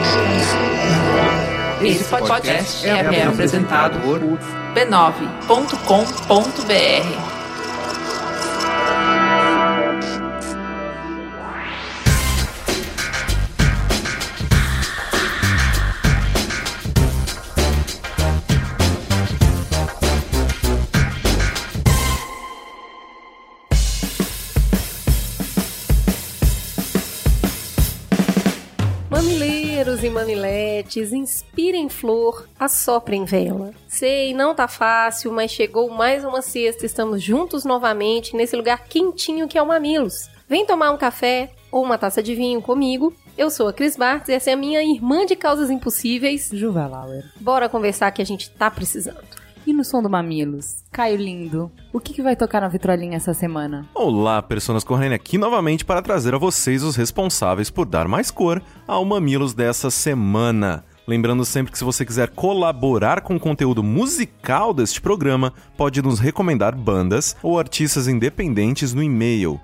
Esse podcast é apresentado por b9.com.br. Mamileiros e mamiletes, inspirem flor, assoprem vela. Sei, não tá fácil, mas chegou mais uma sexta, estamos juntos novamente nesse lugar quentinho que é o Mamilos. Vem tomar um café ou uma taça de vinho comigo. Eu sou a Cris Bartz e essa é a minha irmã de causas impossíveis, Juva Lauer. Bora conversar que a gente tá precisando. E no som do Mamilos, Caio lindo, o que vai tocar na vitrolinha essa semana? Olá, Personas Corrêne aqui novamente para trazer a vocês os responsáveis por dar mais cor ao Mamilos dessa semana. Lembrando sempre que se você quiser colaborar com o conteúdo musical deste programa, pode nos recomendar bandas ou artistas independentes no e-mail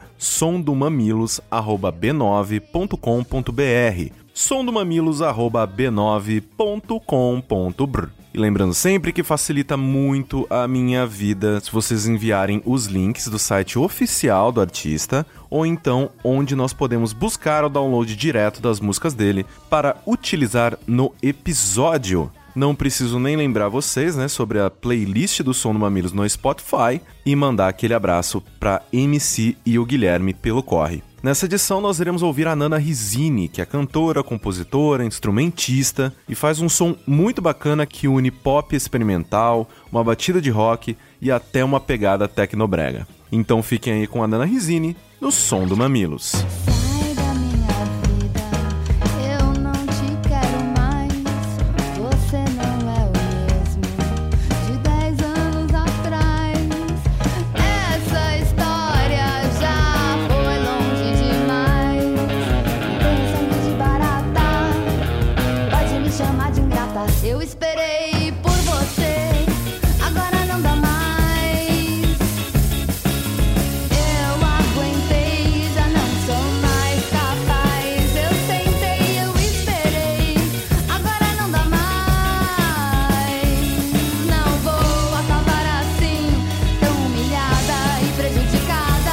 somdomamilos@b9.com.br somdomamilos@b9.com.br. E lembrando sempre que facilita muito a minha vida se vocês enviarem os links do site oficial do artista ou então onde nós podemos buscar o download direto das músicas dele para utilizar no episódio. Não preciso nem lembrar vocês, sobre a playlist do Som do Mamilos no Spotify e mandar aquele abraço para MC e o Guilherme pelo corre. Nessa edição nós iremos ouvir a Nana Risini, que é cantora, compositora, instrumentista e faz um som muito bacana que une pop experimental, uma batida de rock e até uma pegada tecnobrega. Então fiquem aí com a Nana Risini no Som do Mamilos. Eu esperei por você, agora não dá mais. Eu aguentei, já não sou mais capaz. Eu tentei, eu esperei, agora não dá mais. Não vou acabar assim, tão humilhada e prejudicada.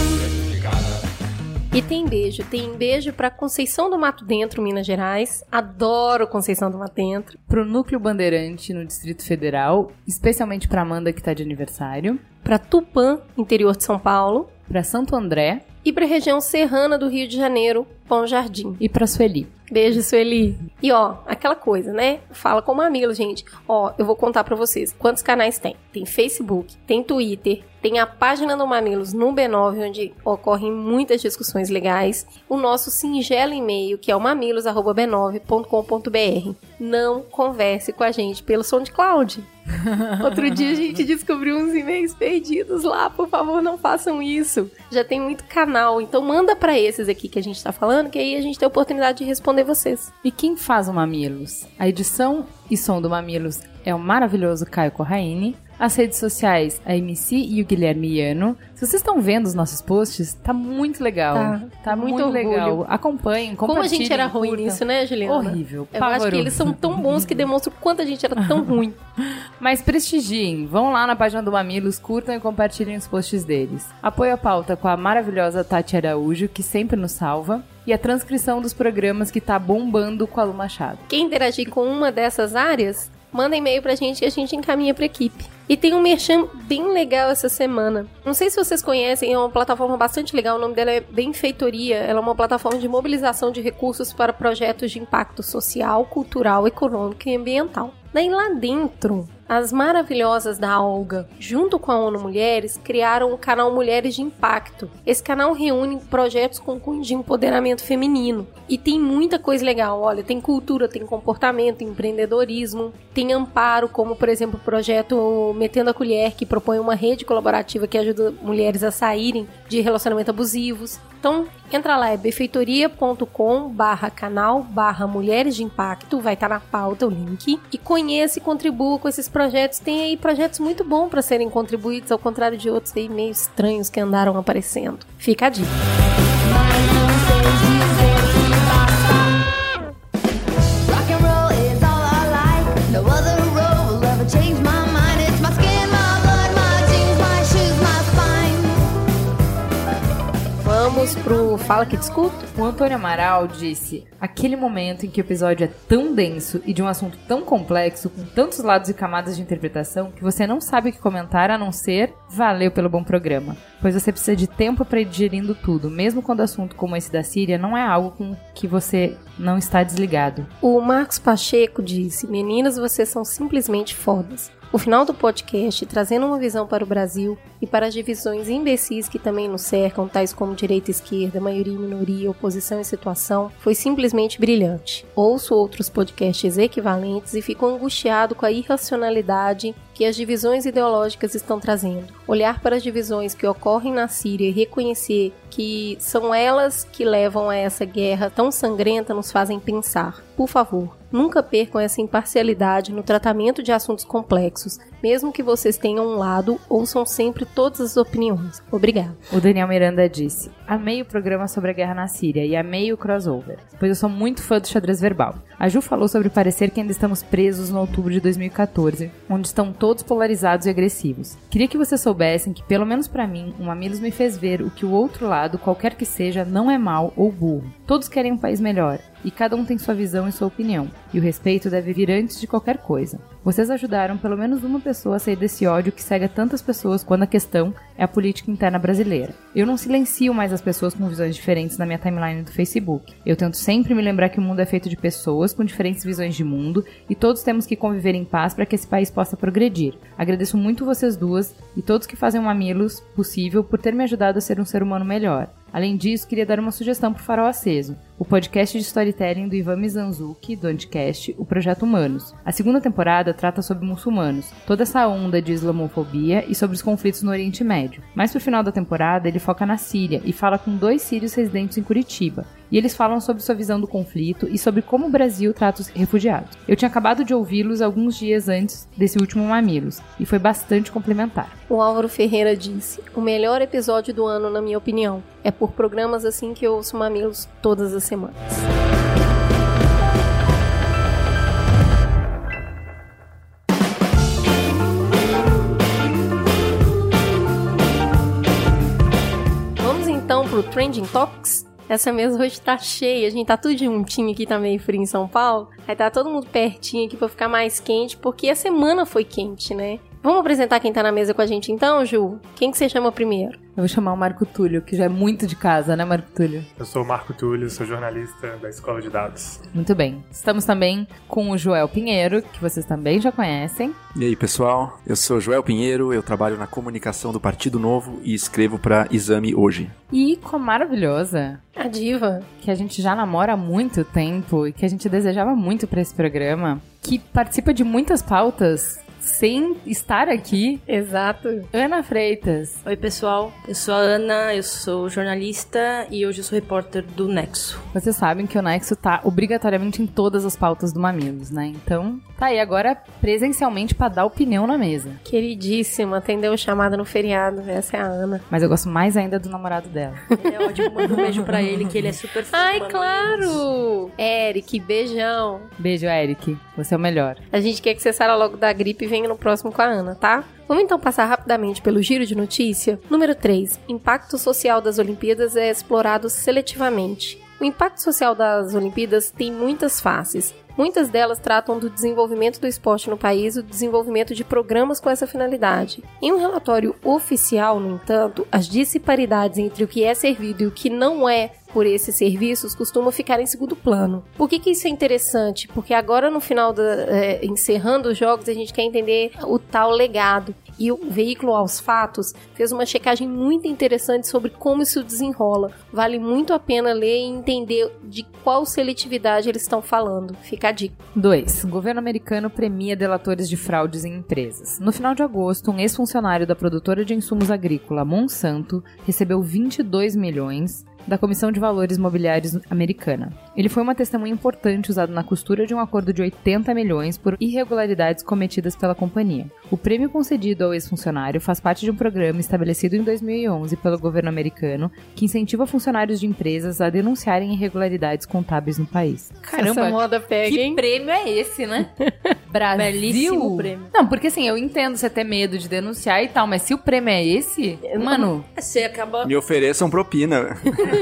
E tem beijo pra Conceição do Mato Dentro, Minas Gerais. Adoro Conceição do Mato Dentro. Pro Núcleo Bandeirante no Distrito Federal, especialmente pra Amanda que tá de aniversário. Pra Tupã, interior de São Paulo. Pra Santo André. E pra região serrana do Rio de Janeiro, Bom Jardim. E pra Sueli. Beijo, Sueli. E aquela coisa, Fala com o Mamilo, gente. Eu vou contar pra vocês quantos canais tem. Tem Facebook, tem Twitter, tem a página do Mamilos no B9, onde ocorrem muitas discussões legais. O nosso singelo e-mail, que é o mamilos@b9.com.br. Não converse com a gente pelo SoundCloud. Outro dia a gente descobriu uns e-mails perdidos lá. Por favor, não façam isso. Já tem muito canal, então manda pra esses aqui que a gente tá falando, que aí a gente tem a oportunidade de responder vocês. E quem faz o Mamilos? A edição e som do Mamilos é o maravilhoso Caio Corraine. As redes sociais, a MC e o Guilherme Iano. Se vocês estão vendo os nossos posts, tá muito legal. Tá muito legal. Acompanhem, compartilhem. Como a gente era ruim nisso, né, Juliana? Horrível. Eu acho que eles são tão bons que demonstram o quanto a gente era tão ruim. Mas prestigiem. Vão lá na página do Mamilos, curtam e compartilhem os posts deles. Apoio a pauta com a maravilhosa Tati Araújo, que sempre nos salva. E a transcrição dos programas que tá bombando com a Lu Machado. Quem interagir com uma dessas áreas, manda e-mail pra gente e a gente encaminha pra equipe. E tem um merchan bem legal essa semana. Não sei se vocês conhecem, é uma plataforma bastante legal, o nome dela é Benfeitoria. Ela é uma plataforma de mobilização de recursos para projetos de impacto social, cultural, econômico e ambiental. Daí lá dentro, as maravilhosas da Olga, junto com a ONU Mulheres, criaram o canal Mulheres de Impacto. Esse canal reúne projetos com cunho de empoderamento feminino. E tem muita coisa legal, olha, tem cultura, tem comportamento, empreendedorismo, tem amparo, como por exemplo o projeto Metendo a Colher, que propõe uma rede colaborativa que ajuda mulheres a saírem de relacionamentos abusivos. Então, entra lá, é benfeitoria.com/canal/mulheres de impacto, vai estar na pauta o link, e conheça e contribua com esses projetos. Tem aí projetos muito bons para serem contribuídos, ao contrário de outros aí meio estranhos que andaram aparecendo. Fica a dica. Mas não sei dizer o que passa. fala que te escuto. O Antônio Amaral disse: aquele momento em que o episódio é tão denso e de um assunto tão complexo, com tantos lados e camadas de interpretação, que você não sabe o que comentar a não ser valeu pelo bom programa. Pois você precisa de tempo para ir digerindo tudo, mesmo quando assunto como esse da Síria não é algo com que você não está desligado. O Marcos Pacheco disse: meninas, vocês são simplesmente fodas. O final do podcast, trazendo uma visão para o Brasil e para as divisões imbecis que também nos cercam, tais como direita e esquerda, maioria e minoria, oposição e situação, foi simplesmente brilhante. Ouço outros podcasts equivalentes e fico angustiado com a irracionalidade que as divisões ideológicas estão trazendo. Olhar para as divisões que ocorrem na Síria e reconhecer que são elas que levam a essa guerra tão sangrenta nos fazem pensar. Por favor, nunca percam essa imparcialidade no tratamento de assuntos complexos. Mesmo que vocês tenham um lado, ouçam sempre todas as opiniões. Obrigada. O Daniel Miranda disse: amei o programa sobre a guerra na Síria e amei o crossover, pois eu sou muito fã do xadrez verbal. A Ju falou sobre parecer que ainda estamos presos no outubro de 2014, onde estão todos polarizados e agressivos. Queria que vocês soubessem que, pelo menos pra mim, o Mamilos me fez ver o que o outro lado, qualquer que seja, não é mau ou burro. Todos querem um país melhor, e cada um tem sua visão e sua opinião, e o respeito deve vir antes de qualquer coisa. Vocês ajudaram pelo menos uma pessoa a sair desse ódio que cega tantas pessoas quando a questão é a política interna brasileira. Eu não silencio mais as pessoas com visões diferentes na minha timeline do Facebook. Eu tento sempre me lembrar que o mundo é feito de pessoas com diferentes visões de mundo e todos temos que conviver em paz para que esse país possa progredir. Agradeço muito vocês duas e todos que fazem o Mamilos possível por ter me ajudado a ser um ser humano melhor. Além disso, queria dar uma sugestão pro Farol Aceso, o podcast de storytelling do Ivan Mizanzuki, do Anticast, o Projeto Humanos. A segunda temporada trata sobre muçulmanos, toda essa onda de islamofobia e sobre os conflitos no Oriente Médio. Mais pro final da temporada, ele foca na Síria e fala com 2 sírios residentes em Curitiba. E eles falam sobre sua visão do conflito e sobre como o Brasil trata os refugiados. Eu tinha acabado de ouvi-los alguns dias antes desse último Mamilos, e foi bastante complementar. O Álvaro Ferreira disse: o melhor episódio do ano, na minha opinião. É por programas assim que eu ouço Mamilos todas as semanas. Vamos então pro Trending Topics? Essa mesa hoje tá cheia, a gente tá tudo juntinho aqui, tá meio frio em São Paulo. Aí tá todo mundo pertinho aqui pra ficar mais quente, porque a semana foi quente, né? Vamos apresentar quem tá na mesa com a gente então, Ju? Quem que você chama primeiro? Eu vou chamar o Marco Túlio, que já é muito de casa, né, Marco Túlio? Eu sou o Marco Túlio, sou jornalista da Escola de Dados. Muito bem. Estamos também com o Joel Pinheiro, que vocês também já conhecem. E aí, pessoal? Eu sou Joel Pinheiro, eu trabalho na comunicação do Partido Novo e escrevo para Exame Hoje. E com a maravilhosa, a diva, que a gente já namora há muito tempo e que a gente desejava muito para esse programa, que participa de muitas pautas sem estar aqui. Exato. Ana Freitas. Oi, pessoal. Eu sou a Ana, eu sou jornalista e hoje eu sou repórter do Nexo. Vocês sabem que o Nexo tá obrigatoriamente em todas as pautas do Mamilos, né? Então, tá aí agora presencialmente pra dar opinião na mesa. Queridíssima, atendeu o chamado no feriado. Essa é a Ana. Mas eu gosto mais ainda do namorado dela. Ele é ótimo. Manda um beijo pra ele, que ele é super fã. Ai, claro! Eric, beijão. Beijo, Eric. Você é o melhor. A gente quer que você saia logo da gripe e venha no próximo com a Ana, tá? Vamos então passar rapidamente pelo giro de notícia. Número 3. Impacto social das Olimpíadas é explorado seletivamente. O impacto social das Olimpíadas tem muitas faces. Muitas delas tratam do desenvolvimento do esporte no país e do desenvolvimento de programas com essa finalidade. Em um relatório oficial, no entanto, as disparidades entre o que é servido e o que não é por esses serviços costumam ficar em segundo plano. Por que isso é interessante? Porque agora no final, encerrando os jogos, a gente quer entender o tal legado. E o Veículo aos Fatos fez uma checagem muito interessante sobre como isso desenrola. Vale muito a pena ler e entender de qual seletividade eles estão falando. Fica a dica. 2. O governo americano premia delatores de fraudes em empresas. No final de agosto, um ex-funcionário da produtora de insumos agrícola Monsanto recebeu 22 milhões da Comissão de Valores Mobiliários americana. Ele foi uma testemunha importante usada na costura de um acordo de 80 milhões por irregularidades cometidas pela companhia. O prêmio concedido ao ex-funcionário faz parte de um programa estabelecido em 2011 pelo governo americano que incentiva funcionários de empresas a denunciarem irregularidades contábeis no país. Essa moda pega, que hein? prêmio é esse, né? Brasil. Belíssimo prêmio. Não, porque assim, eu entendo você ter medo de denunciar e tal, mas se o prêmio é esse, mano... Você acaba... Me ofereçam propina.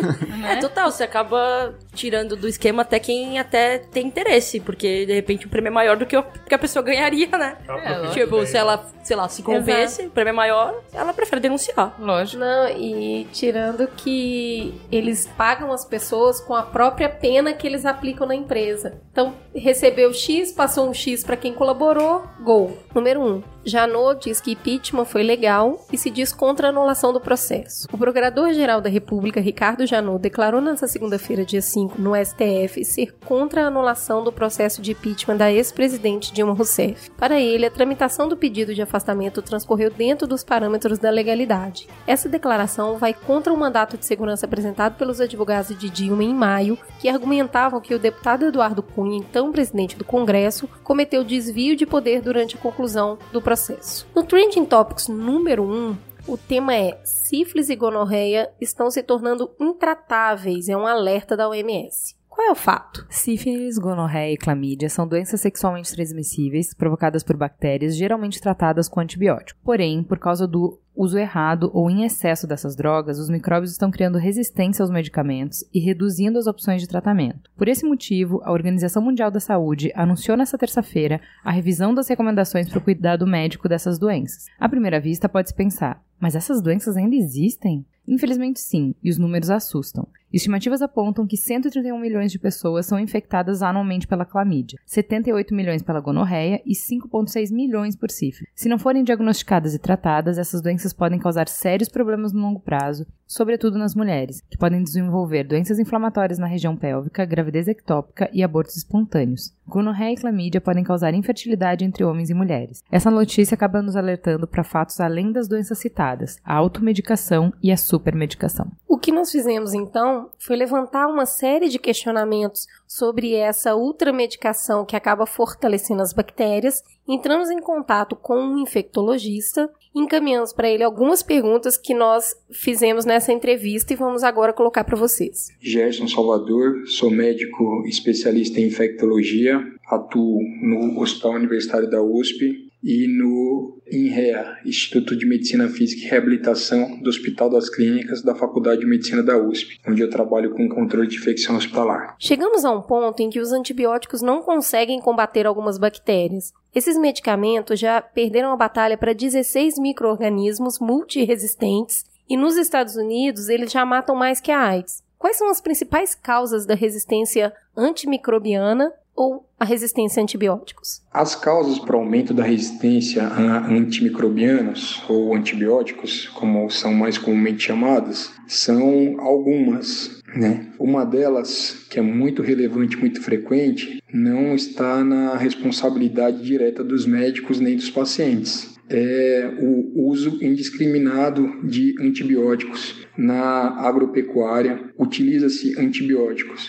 É total, você acaba tirando do esquema até quem até tem interesse, porque de repente o prêmio é maior do que que a pessoa ganharia, né? Tipo, se ela, sei lá, se convence, o prêmio é maior, ela prefere denunciar. Lógico. Não, e tirando que eles pagam as pessoas com a própria pena que eles aplicam na empresa. Então, recebeu X, passou um X pra quem colaborou, gol. Número 1. Janot diz que impeachment foi legal e se diz contra a anulação do processo. O Procurador-Geral da República, Ricardo Janot, declarou nesta segunda-feira, dia 5, no STF, ser contra a anulação do processo de impeachment da ex-presidente Dilma Rousseff. Para ele, a tramitação do pedido de afastamento transcorreu dentro dos parâmetros da legalidade. Essa declaração vai contra o mandato de segurança apresentado pelos advogados de Dilma em maio, que argumentavam que o deputado Eduardo Cunha, então presidente do Congresso, cometeu desvio de poder durante a conclusão do processo. No Trending Topics número 1, o tema é sífilis e gonorreia estão se tornando intratáveis, é um alerta da OMS. Qual é o fato? Sífilis, gonorreia e clamídia são doenças sexualmente transmissíveis provocadas por bactérias geralmente tratadas com antibiótico. Porém, por causa do uso errado ou em excesso dessas drogas, os micróbios estão criando resistência aos medicamentos e reduzindo as opções de tratamento. Por esse motivo, a Organização Mundial da Saúde anunciou nesta terça-feira a revisão das recomendações para o cuidado médico dessas doenças. À primeira vista, pode-se pensar, mas essas doenças ainda existem? Infelizmente sim, e os números assustam. Estimativas apontam que 131 milhões de pessoas são infectadas anualmente pela clamídia, 78 milhões pela gonorreia e 5,6 milhões por sífilis. Se não forem diagnosticadas e tratadas, essas doenças podem causar sérios problemas no longo prazo, sobretudo nas mulheres, que podem desenvolver doenças inflamatórias na região pélvica, gravidez ectópica e abortos espontâneos. Gonorreia e clamídia podem causar infertilidade entre homens e mulheres. Essa notícia acaba nos alertando para fatos além das doenças citadas, a automedicação e a supermedicação. O que nós fizemos, então, foi levantar uma série de questionamentos sobre essa ultramedicação que acaba fortalecendo as bactérias. Entramos em contato com um infectologista, encaminhamos para ele algumas perguntas que nós fizemos nessa entrevista e vamos agora colocar para vocês. Gerson Salvador, sou médico especialista em infectologia, atuo no Hospital Universitário da USP e no INREA, Instituto de Medicina Física e Reabilitação do Hospital das Clínicas da Faculdade de Medicina da USP, onde eu trabalho com controle de infecção hospitalar. Chegamos a um ponto em que os antibióticos não conseguem combater algumas bactérias. Esses medicamentos já perderam a batalha para 16 micro-organismos multiresistentes e nos Estados Unidos eles já matam mais que a AIDS. Quais são as principais causas da resistência antimicrobiana ou a resistência a antibióticos? As causas para o aumento da resistência a antimicrobianos ou antibióticos, como são mais comumente chamadas, são algumas, né? Uma delas, que é muito relevante, muito frequente, não está na responsabilidade direta dos médicos nem dos pacientes. É o uso indiscriminado de antibióticos. Na agropecuária, utiliza-se antibióticos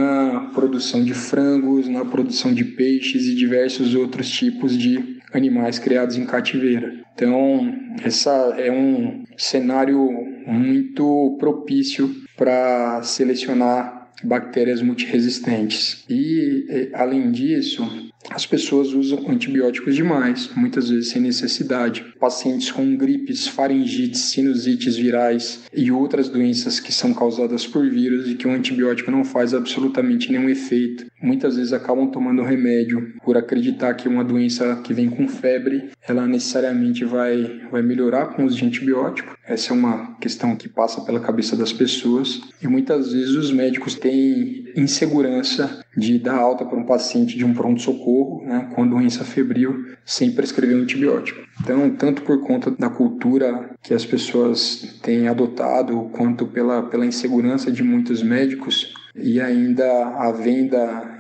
na produção de frangos, na produção de peixes e diversos outros tipos de animais criados em cativeiro. Então, essa é um cenário muito propício para selecionar bactérias multiresistentes. E, além disso, as pessoas usam antibióticos demais, muitas vezes sem necessidade. Pacientes com gripes, faringites, sinusites virais e outras doenças que são causadas por vírus e que o antibiótico não faz absolutamente nenhum efeito, muitas vezes acabam tomando remédio por acreditar que uma doença que vem com febre, ela necessariamente vai melhorar com o uso de antibiótico. Essa é uma questão que passa pela cabeça das pessoas e muitas vezes os médicos têm insegurança de dar alta para um paciente de um pronto-socorro, né, com doença febril, sem prescrever um antibiótico. Então, tanto por conta da cultura que as pessoas têm adotado, quanto pela insegurança de muitos médicos, e ainda a venda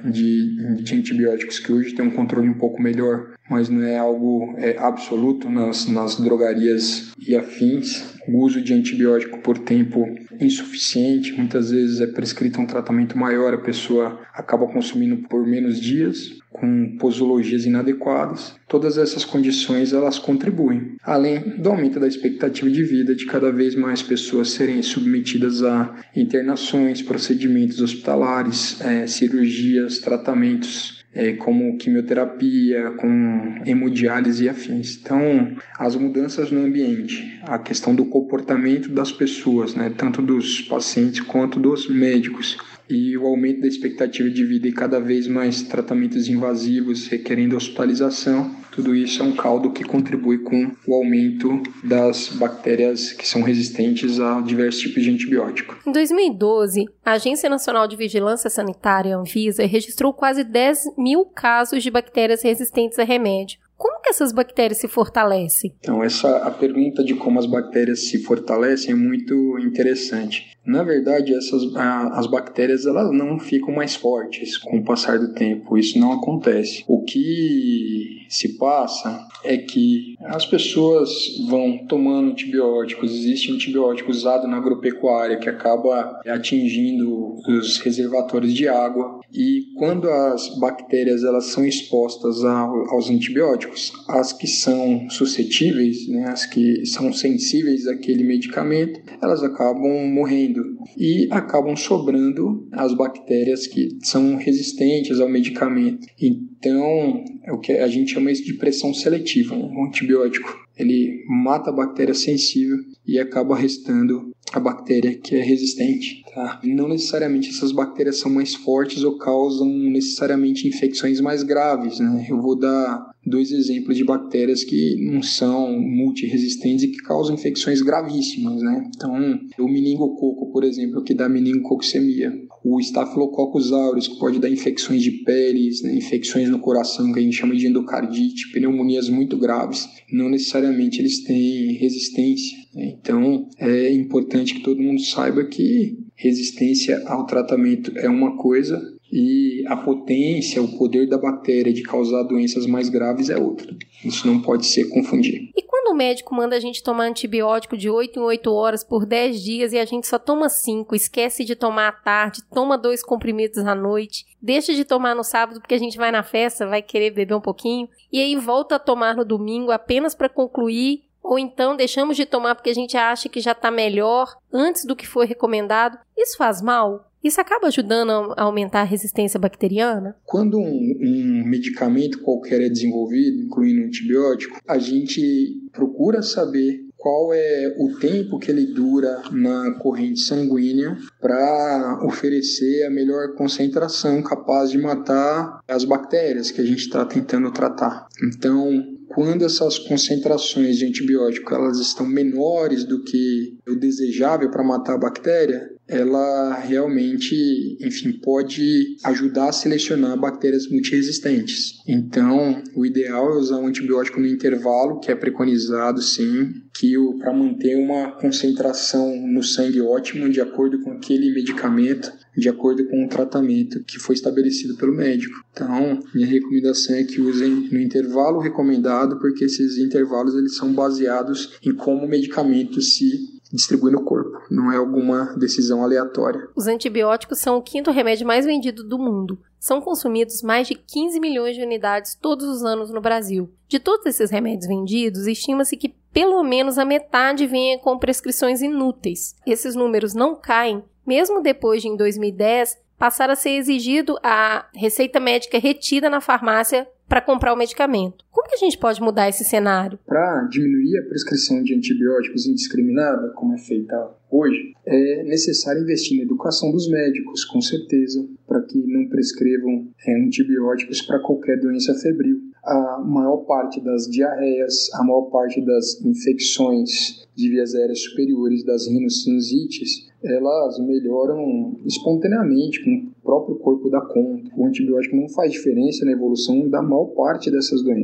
de antibióticos que hoje tem um controle um pouco melhor, mas não é algo absoluto nas drogarias e afins. O uso de antibiótico por tempo insuficiente, muitas vezes é prescrito um tratamento maior, a pessoa acaba consumindo por menos dias, com posologias inadequadas. Todas essas condições elas contribuem, além do aumento da expectativa de vida de cada vez mais pessoas serem submetidas a internações, procedimentos hospitalares, cirurgias, tratamentos como quimioterapia, com hemodiálise e afins. Então, as mudanças no ambiente, a questão do comportamento das pessoas, né, tanto dos pacientes quanto dos médicos, e o aumento da expectativa de vida e cada vez mais tratamentos invasivos requerendo hospitalização, tudo isso é um caldo que contribui com o aumento das bactérias que são resistentes a diversos tipos de antibiótico. Em 2012, a Agência Nacional de Vigilância Sanitária, Anvisa, registrou quase 10 mil casos de bactérias resistentes a remédio. Como que essas bactérias se fortalecem? Então, a pergunta de como as bactérias se fortalecem é muito interessante. Na verdade, as bactérias elas não ficam mais fortes com o passar do tempo. Isso não acontece. O que se passa é que as pessoas vão tomando antibióticos. Existe antibiótico usado na agropecuária que acaba atingindo os reservatórios de água. E quando as bactérias elas são expostas aos antibióticos, as que são suscetíveis, né, as que são sensíveis àquele medicamento, elas acabam morrendo e acabam sobrando as bactérias que são resistentes ao medicamento. Então, é o que a gente chama isso de pressão seletiva. O antibiótico ele mata a bactéria sensível e acaba restando a bactéria que é resistente. Tá? Não necessariamente essas bactérias são mais fortes ou causam necessariamente infecções mais graves. Né? Eu vou dar 2 exemplos de bactérias que não são multiresistentes e que causam infecções gravíssimas. Né? Então, o meningococo, por exemplo, que dá meningococcemia. O Staphylococcus aureus, que pode dar infecções de peles, né? Infecções no coração, que a gente chama de endocardite, pneumonias muito graves. Não necessariamente eles têm resistência. Né? Então, é importante que todo mundo saiba que resistência ao tratamento é uma coisa e a potência, o poder da bactéria de causar doenças mais graves é outra. Isso não pode ser confundido. E quando o médico manda a gente tomar antibiótico de 8 em 8 horas por 10 dias e a gente só toma 5, esquece de tomar à tarde, toma 2 comprimidos à noite, deixa de tomar no sábado porque a gente vai na festa, vai querer beber um pouquinho, e aí volta a tomar no domingo apenas para concluir, ou então deixamos de tomar porque a gente acha que já está melhor antes do que foi recomendado, isso faz mal? Isso acaba ajudando a aumentar a resistência bacteriana? Quando um medicamento qualquer é desenvolvido, incluindo um antibiótico, a gente procura saber qual é o tempo que ele dura na corrente sanguínea para oferecer a melhor concentração capaz de matar as bactérias que a gente está tentando tratar. Então, quando essas concentrações de antibiótico elas estão menores do que o desejável para matar a bactéria, ela realmente, pode ajudar a selecionar bactérias multiresistentes. Então, o ideal é usar um antibiótico no intervalo, que é preconizado, sim, para manter uma concentração no sangue ótima, de acordo com aquele medicamento, de acordo com o tratamento que foi estabelecido pelo médico. Então, minha recomendação é que usem no intervalo recomendado, porque esses intervalos eles são baseados em como o medicamento se distribui no corpo, não é alguma decisão aleatória. Os antibióticos são o 5º remédio mais vendido do mundo. São consumidos mais de 15 milhões de unidades todos os anos no Brasil. De todos esses remédios vendidos, estima-se que pelo menos a metade venha com prescrições inúteis. Esses números não caem, mesmo depois de, em 2010, passar a ser exigido a receita médica retida na farmácia para comprar o medicamento. Como que a gente pode mudar esse cenário? Para diminuir a prescrição de antibióticos indiscriminada, como é feita hoje, é necessário investir na educação dos médicos, com certeza, para que não prescrevam antibióticos para qualquer doença febril. A maior parte das diarreias, a maior parte das infecções de vias aéreas superiores, das rinossinusites, elas melhoram espontaneamente com o próprio corpo dá conta. O antibiótico não faz diferença na evolução da maior parte dessas doenças.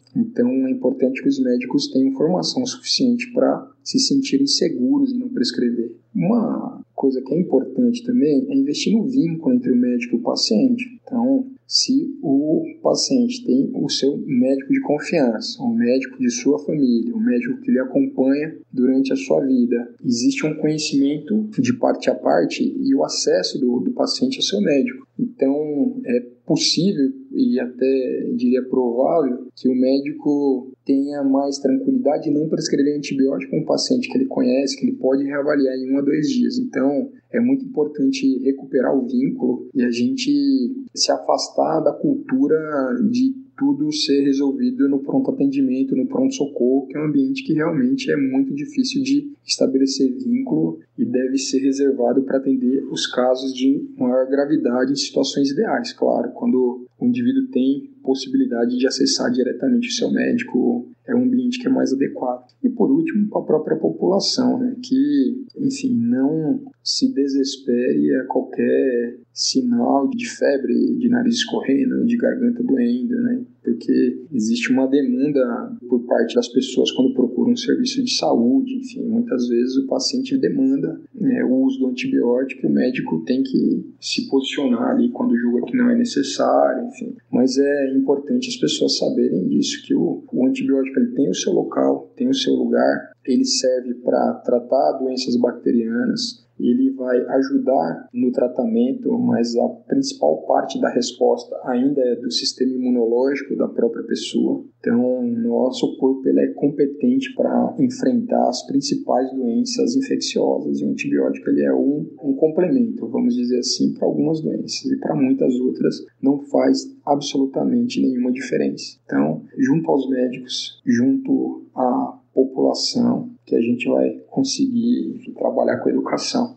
Então é importante que os médicos tenham formação suficiente para se sentirem seguros em não prescrever. Uma coisa que é importante também é investir no vínculo entre o médico e o paciente. Então, se o paciente tem o seu médico de confiança, o médico de sua família, o médico que lhe acompanha durante a sua vida, existe um conhecimento de parte a parte e o acesso do paciente ao seu médico. Então, é possível e até diria provável que o médico tenha mais tranquilidade em não prescrever antibiótico a um paciente que ele conhece, que ele pode reavaliar em 1 a 2 dias. Então, é muito importante recuperar o vínculo e a gente se afastar da cultura de tudo ser resolvido no pronto atendimento, no pronto-socorro, que é um ambiente que realmente é muito difícil de estabelecer vínculo e deve ser reservado para atender os casos de maior gravidade em situações ideais, claro, quando o indivíduo tem possibilidade de acessar diretamente o seu médico, é um ambiente que é mais adequado. E por último, para a própria população, né, que, enfim, não se desespere a qualquer sinal de febre, de nariz escorrendo, de garganta doendo, né, porque existe uma demanda por parte das pessoas quando procuram um serviço de saúde, enfim, muitas vezes o paciente demanda o uso do antibiótico e o médico tem que se posicionar ali quando julga que não é necessário, enfim. Mas é importante as pessoas saberem disso, que o antibiótico ele tem o seu local, tem o seu lugar, ele serve para tratar doenças bacterianas, ele vai ajudar no tratamento, mas a principal parte da resposta ainda é do sistema imunológico da própria pessoa. Então, nosso corpo ele é competente para enfrentar as principais doenças infecciosas e o antibiótico ele é um complemento, vamos dizer assim, para algumas doenças e para muitas outras não faz absolutamente nenhuma diferença. Então, junto aos médicos, junto à população, que a gente vai conseguir trabalhar com a educação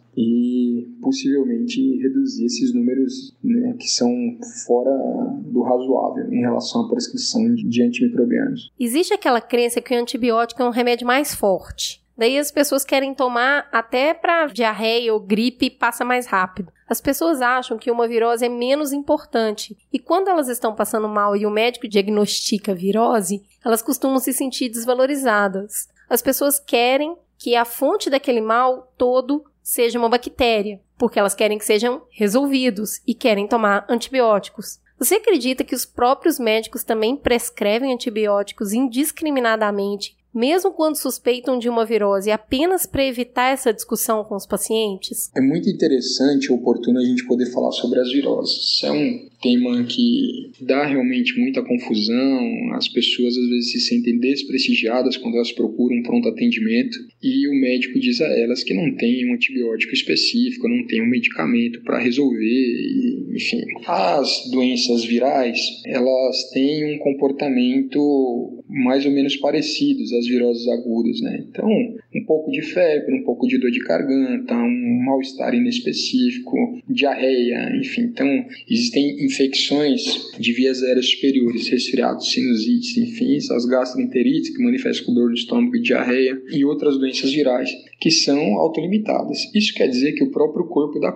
e possivelmente reduzir esses números, né, que são fora do razoável em relação à prescrição de antimicrobianos. Existe aquela crença que o antibiótico é um remédio mais forte. Daí as pessoas querem tomar até para diarreia ou gripe e passa mais rápido. As pessoas acham que uma virose é menos importante e quando elas estão passando mal e o médico diagnostica virose, elas costumam se sentir desvalorizadas. As pessoas querem que a fonte daquele mal todo seja uma bactéria, porque elas querem que sejam resolvidos e querem tomar antibióticos. Você acredita que os próprios médicos também prescrevem antibióticos indiscriminadamente, mesmo quando suspeitam de uma virose, apenas para evitar essa discussão com os pacientes? É muito interessante e oportuno a gente poder falar sobre as viroses. É um tema que dá realmente muita confusão, as pessoas às vezes se sentem desprestigiadas quando elas procuram um pronto atendimento e o médico diz a elas que não tem um antibiótico específico, não tem um medicamento para resolver, enfim. As doenças virais, elas têm um comportamento mais ou menos parecidos às viroses agudas, né? Então, um pouco de febre, um pouco de dor de garganta, um mal-estar inespecífico, diarreia, enfim. Então, existem infecções de vias aéreas superiores, resfriados, sinusites, enfim, as gastroenterites que manifestam com dor no estômago e diarreia e outras doenças virais que são autolimitadas. Isso quer dizer que o próprio corpo dá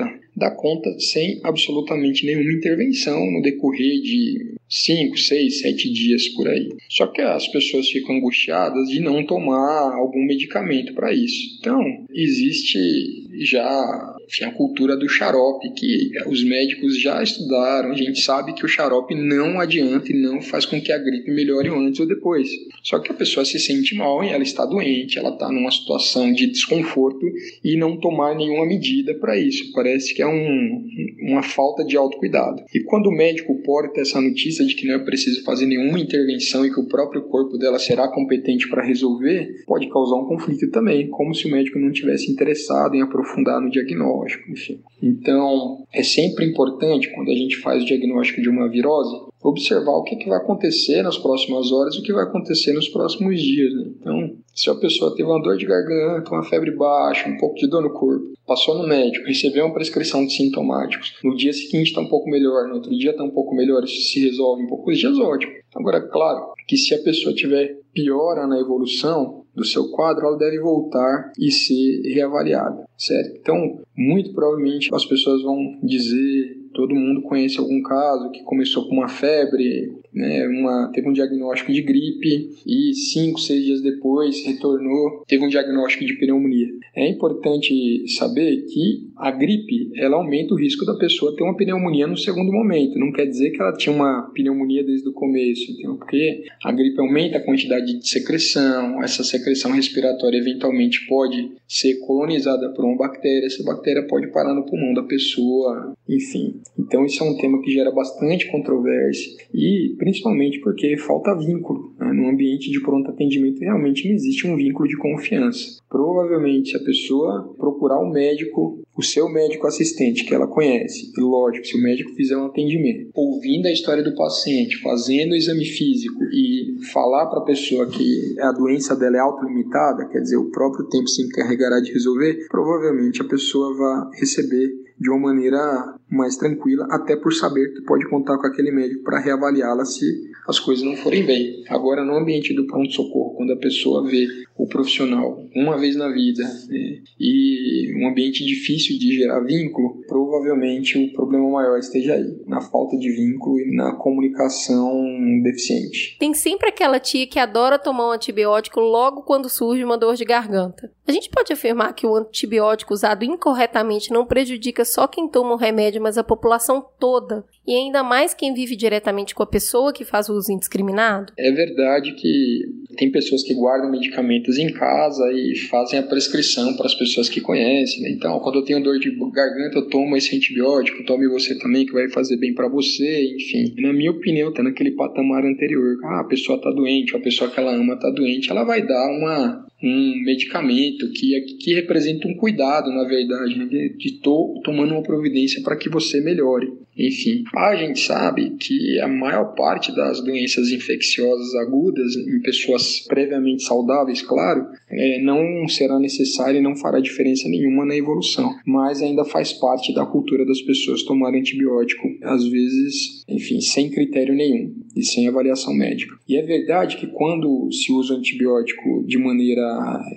conta sem absolutamente nenhuma intervenção no decorrer de 5, 6, 7 dias por aí. Só que as pessoas ficam angustiadas de não tomar algum medicamento para isso. Então, existe já a cultura do xarope, que os médicos já estudaram, a gente sabe que o xarope não adianta e não faz com que a gripe melhore antes ou depois. Só que a pessoa se sente mal e ela está doente, ela está numa situação de desconforto e não tomar nenhuma medida para isso. Parece que é uma falta de autocuidado. E quando o médico porta essa notícia de que não é preciso fazer nenhuma intervenção e que o próprio corpo dela será competente para resolver, pode causar um conflito também, como se o médico não tivesse interessado em aprofundar no diagnóstico, enfim. Então, é sempre importante, quando a gente faz o diagnóstico de uma virose, observar o que vai acontecer nas próximas horas e o que vai acontecer nos próximos dias, né? Então, se a pessoa teve uma dor de garganta, uma febre baixa, um pouco de dor no corpo, passou no médico, recebeu uma prescrição de sintomáticos, no dia seguinte está um pouco melhor, no outro dia está um pouco melhor, isso se resolve em poucos dias, ótimo. Agora, claro que se a pessoa tiver piora na evolução do seu quadro, ela deve voltar e ser reavaliada, certo? Então, muito provavelmente as pessoas vão dizer, todo mundo conhece algum caso que começou com uma febre né, teve um diagnóstico de gripe e 5, 6 dias depois retornou, teve um diagnóstico de pneumonia. É importante saber que a gripe, ela aumenta o risco da pessoa ter uma pneumonia no segundo momento. Não quer dizer que ela tinha uma pneumonia desde o começo, entendeu? Porque a gripe aumenta a quantidade de secreção, essa secreção respiratória eventualmente pode ser colonizada por uma bactéria, essa bactéria pode parar no pulmão da pessoa, enfim. Então isso é um tema que gera bastante controvérsia e principalmente porque falta vínculo, né? No ambiente de pronto atendimento realmente não existe um vínculo de confiança. Provavelmente se a pessoa procurar um médico, o seu médico assistente que ela conhece, e lógico, se o médico fizer um atendimento, ouvindo a história do paciente, fazendo o exame físico e falar para a pessoa que a doença dela é autolimitada, quer dizer, o próprio tempo se encarregará de resolver, provavelmente a pessoa vai receber de uma maneira mais tranquila, até por saber que pode contar com aquele médico para reavaliá-la se as coisas não forem bem. Agora, no ambiente do pronto-socorro, quando a pessoa vê o profissional uma vez na vida, né, e um ambiente difícil de gerar vínculo, provavelmente o problema maior esteja aí, na falta de vínculo e na comunicação deficiente. Tem sempre aquela tia que adora tomar um antibiótico logo quando surge uma dor de garganta. A gente pode afirmar que o antibiótico usado incorretamente não prejudica só quem toma o remédio, mas a população toda, e ainda mais quem vive diretamente com a pessoa que faz o uso indiscriminado? É verdade que tem pessoas que guardam medicamentos em casa e fazem a prescrição para as pessoas que conhecem, né? Então, quando eu tenho dor de garganta, eu tomo esse antibiótico, tome você também, que vai fazer bem para você, enfim. Na minha opinião, tá naquele patamar anterior. A pessoa tá doente, ou a pessoa que ela ama tá doente, ela vai dar um medicamento que representa um cuidado, na verdade, né? De tomando uma providência para que você melhore. Enfim, a gente sabe que a maior parte das doenças infecciosas agudas em pessoas previamente saudáveis, claro, não será necessária e não fará diferença nenhuma na evolução, mas ainda faz parte da cultura das pessoas tomarem antibiótico, às vezes, enfim, sem critério nenhum e sem avaliação médica. E é verdade que quando se usa antibiótico de maneira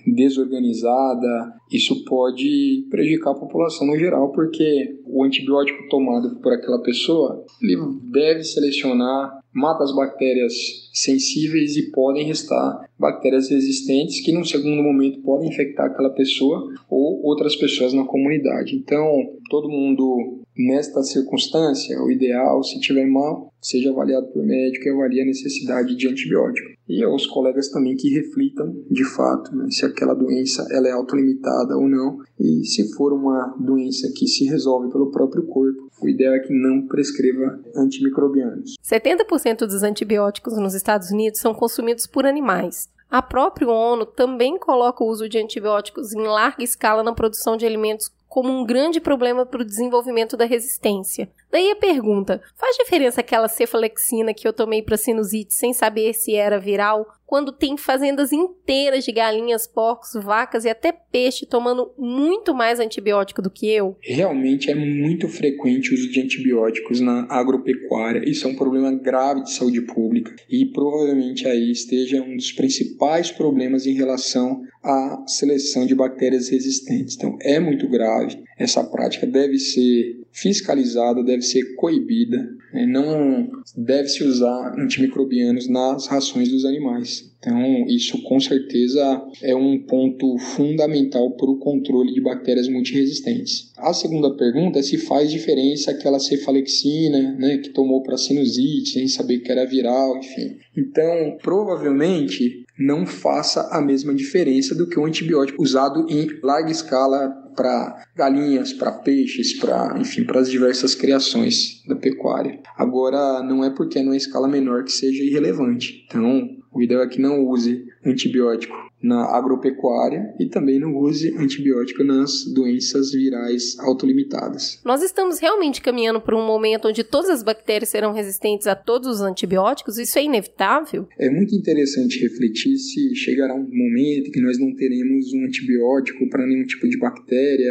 desorganizada, isso pode prejudicar a população no geral, porque o antibiótico tomado por aquela pessoa, ele deve selecionar, mata as bactérias sensíveis e podem restar bactérias resistentes que, num segundo momento, podem infectar aquela pessoa ou outras pessoas na comunidade. Então, todo mundo, nesta circunstância, o ideal, se tiver mal, seja avaliado por médico e avalie a necessidade de antibiótico. E aos colegas também que reflitam, de fato, né, se aquela doença ela é autolimitada ou não, e se for uma doença que se resolve pelo próprio corpo, o ideal é que não prescreva antimicrobianos. 70% dos antibióticos nos Estados Unidos são consumidos por animais. A própria ONU também coloca o uso de antibióticos em larga escala na produção de alimentos como um grande problema para o desenvolvimento da resistência. Daí a pergunta, faz diferença aquela cefalexina que eu tomei para sinusite sem saber se era viral, quando tem fazendas inteiras de galinhas, porcos, vacas e até peixe tomando muito mais antibiótico do que eu? Realmente é muito frequente o uso de antibióticos na agropecuária. Isso é um problema grave de saúde pública e provavelmente aí esteja um dos principais problemas em relação à seleção de bactérias resistentes. Então é muito grave. Essa prática deve ser fiscalizada, deve ser coibida, né? Não deve-se usar antimicrobianos nas rações dos animais. Então, isso com certeza é um ponto fundamental para o controle de bactérias multiresistentes. A segunda pergunta é se faz diferença aquela cefalexina, né, que tomou para sinusite, sem saber que era viral, enfim. Então, provavelmente não faça a mesma diferença do que o antibiótico usado em larga escala para galinhas, para peixes, para as diversas criações da pecuária. Agora, não é porque é numa escala menor que seja irrelevante. Então, o ideal é que não use antibiótico na agropecuária e também não use antibiótico nas doenças virais autolimitadas. Nós estamos realmente caminhando para um momento onde todas as bactérias serão resistentes a todos os antibióticos? Isso é inevitável? É muito interessante refletir se chegará um momento que nós não teremos um antibiótico para nenhum tipo de bactéria,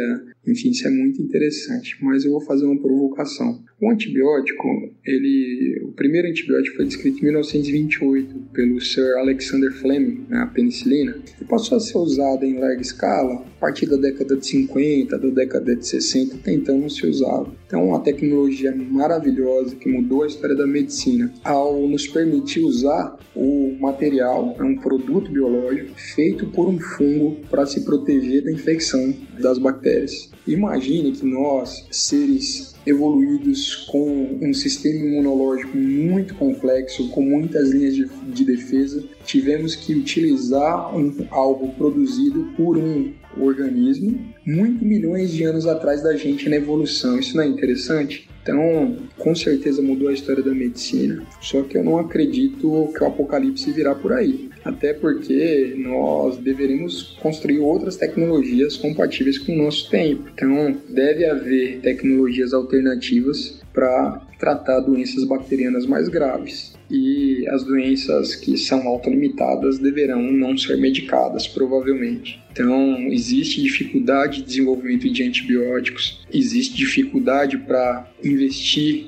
Enfim, isso é muito interessante, mas eu vou fazer uma provocação. O antibiótico, o primeiro antibiótico foi descrito em 1928 pelo Sir Alexander Fleming, a penicilina, e passou a ser usada em larga escala a partir da década de 50, da década de 60, tentando não ser usado. Então, uma tecnologia maravilhosa que mudou a história da medicina ao nos permitir usar o material, é um produto biológico feito por um fungo para se proteger da infecção das bactérias. Imagine que nós, seres evoluídos com um sistema imunológico muito complexo, com muitas linhas de defesa, tivemos que utilizar algo produzido por um organismo muitos milhões de anos atrás da gente na evolução. Isso não é interessante? Então, com certeza mudou a história da medicina, só que eu não acredito que o apocalipse virá por aí. Até porque nós deveremos construir outras tecnologias compatíveis com o nosso tempo. Então, deve haver tecnologias alternativas para tratar doenças bacterianas mais graves. E as doenças que são autolimitadas deverão não ser medicadas, provavelmente. Então, existe dificuldade de desenvolvimento de antibióticos, existe dificuldade para investir,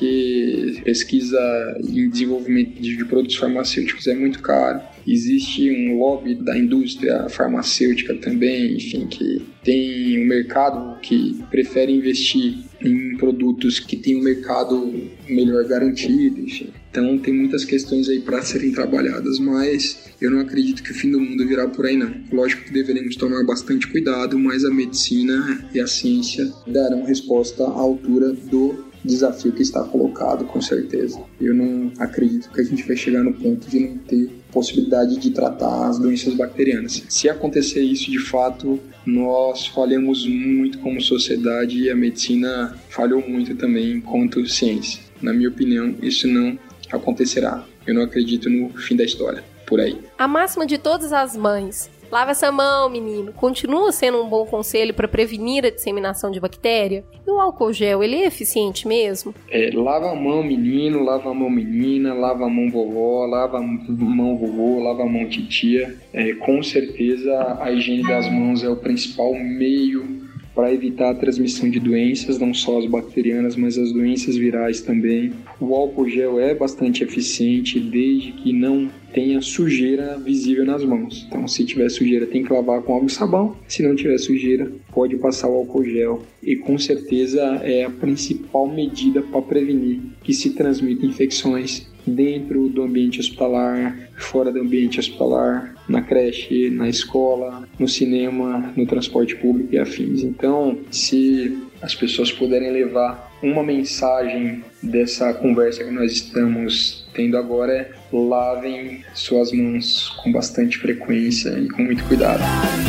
porque pesquisa em desenvolvimento de produtos farmacêuticos é muito caro. Existe um lobby da indústria farmacêutica também, enfim, que tem um mercado que prefere investir em produtos que têm um mercado melhor garantido, enfim. Então tem muitas questões aí para serem trabalhadas, mas eu não acredito que o fim do mundo virá por aí não. Lógico que deveremos tomar bastante cuidado, mas a medicina e a ciência darão resposta à altura do desafio que está colocado, com certeza. Eu não acredito que a gente vai chegar no ponto de não ter possibilidade de tratar as doenças bacterianas. Se acontecer isso de fato, nós falhamos muito como sociedade e a medicina falhou muito também enquanto ciência. Na minha opinião, isso não acontecerá. Eu não acredito no fim da história, por aí. A máxima de todas as mães: lava essa mão, menino, continua sendo um bom conselho para prevenir a disseminação de bactéria? E o álcool gel, ele é eficiente mesmo? Lava a mão, menino, lava a mão, menina, lava a mão, vovó, lava a mão, vovô, lava a mão, titia. Com certeza a higiene das mãos é o principal meio para evitar a transmissão de doenças, não só as bacterianas, mas as doenças virais também. O álcool gel é bastante eficiente, desde que não tenha sujeira visível nas mãos. Então, se tiver sujeira, tem que lavar com água e sabão. Se não tiver sujeira, pode passar o álcool gel. E com certeza é a principal medida para prevenir que se transmitam infecções dentro do ambiente hospitalar, fora do ambiente hospitalar, na creche, na escola, no cinema, no transporte público e afins. Então, se as pessoas puderem levar uma mensagem dessa conversa que nós estamos tendo agora, lavem suas mãos com bastante frequência e com muito cuidado.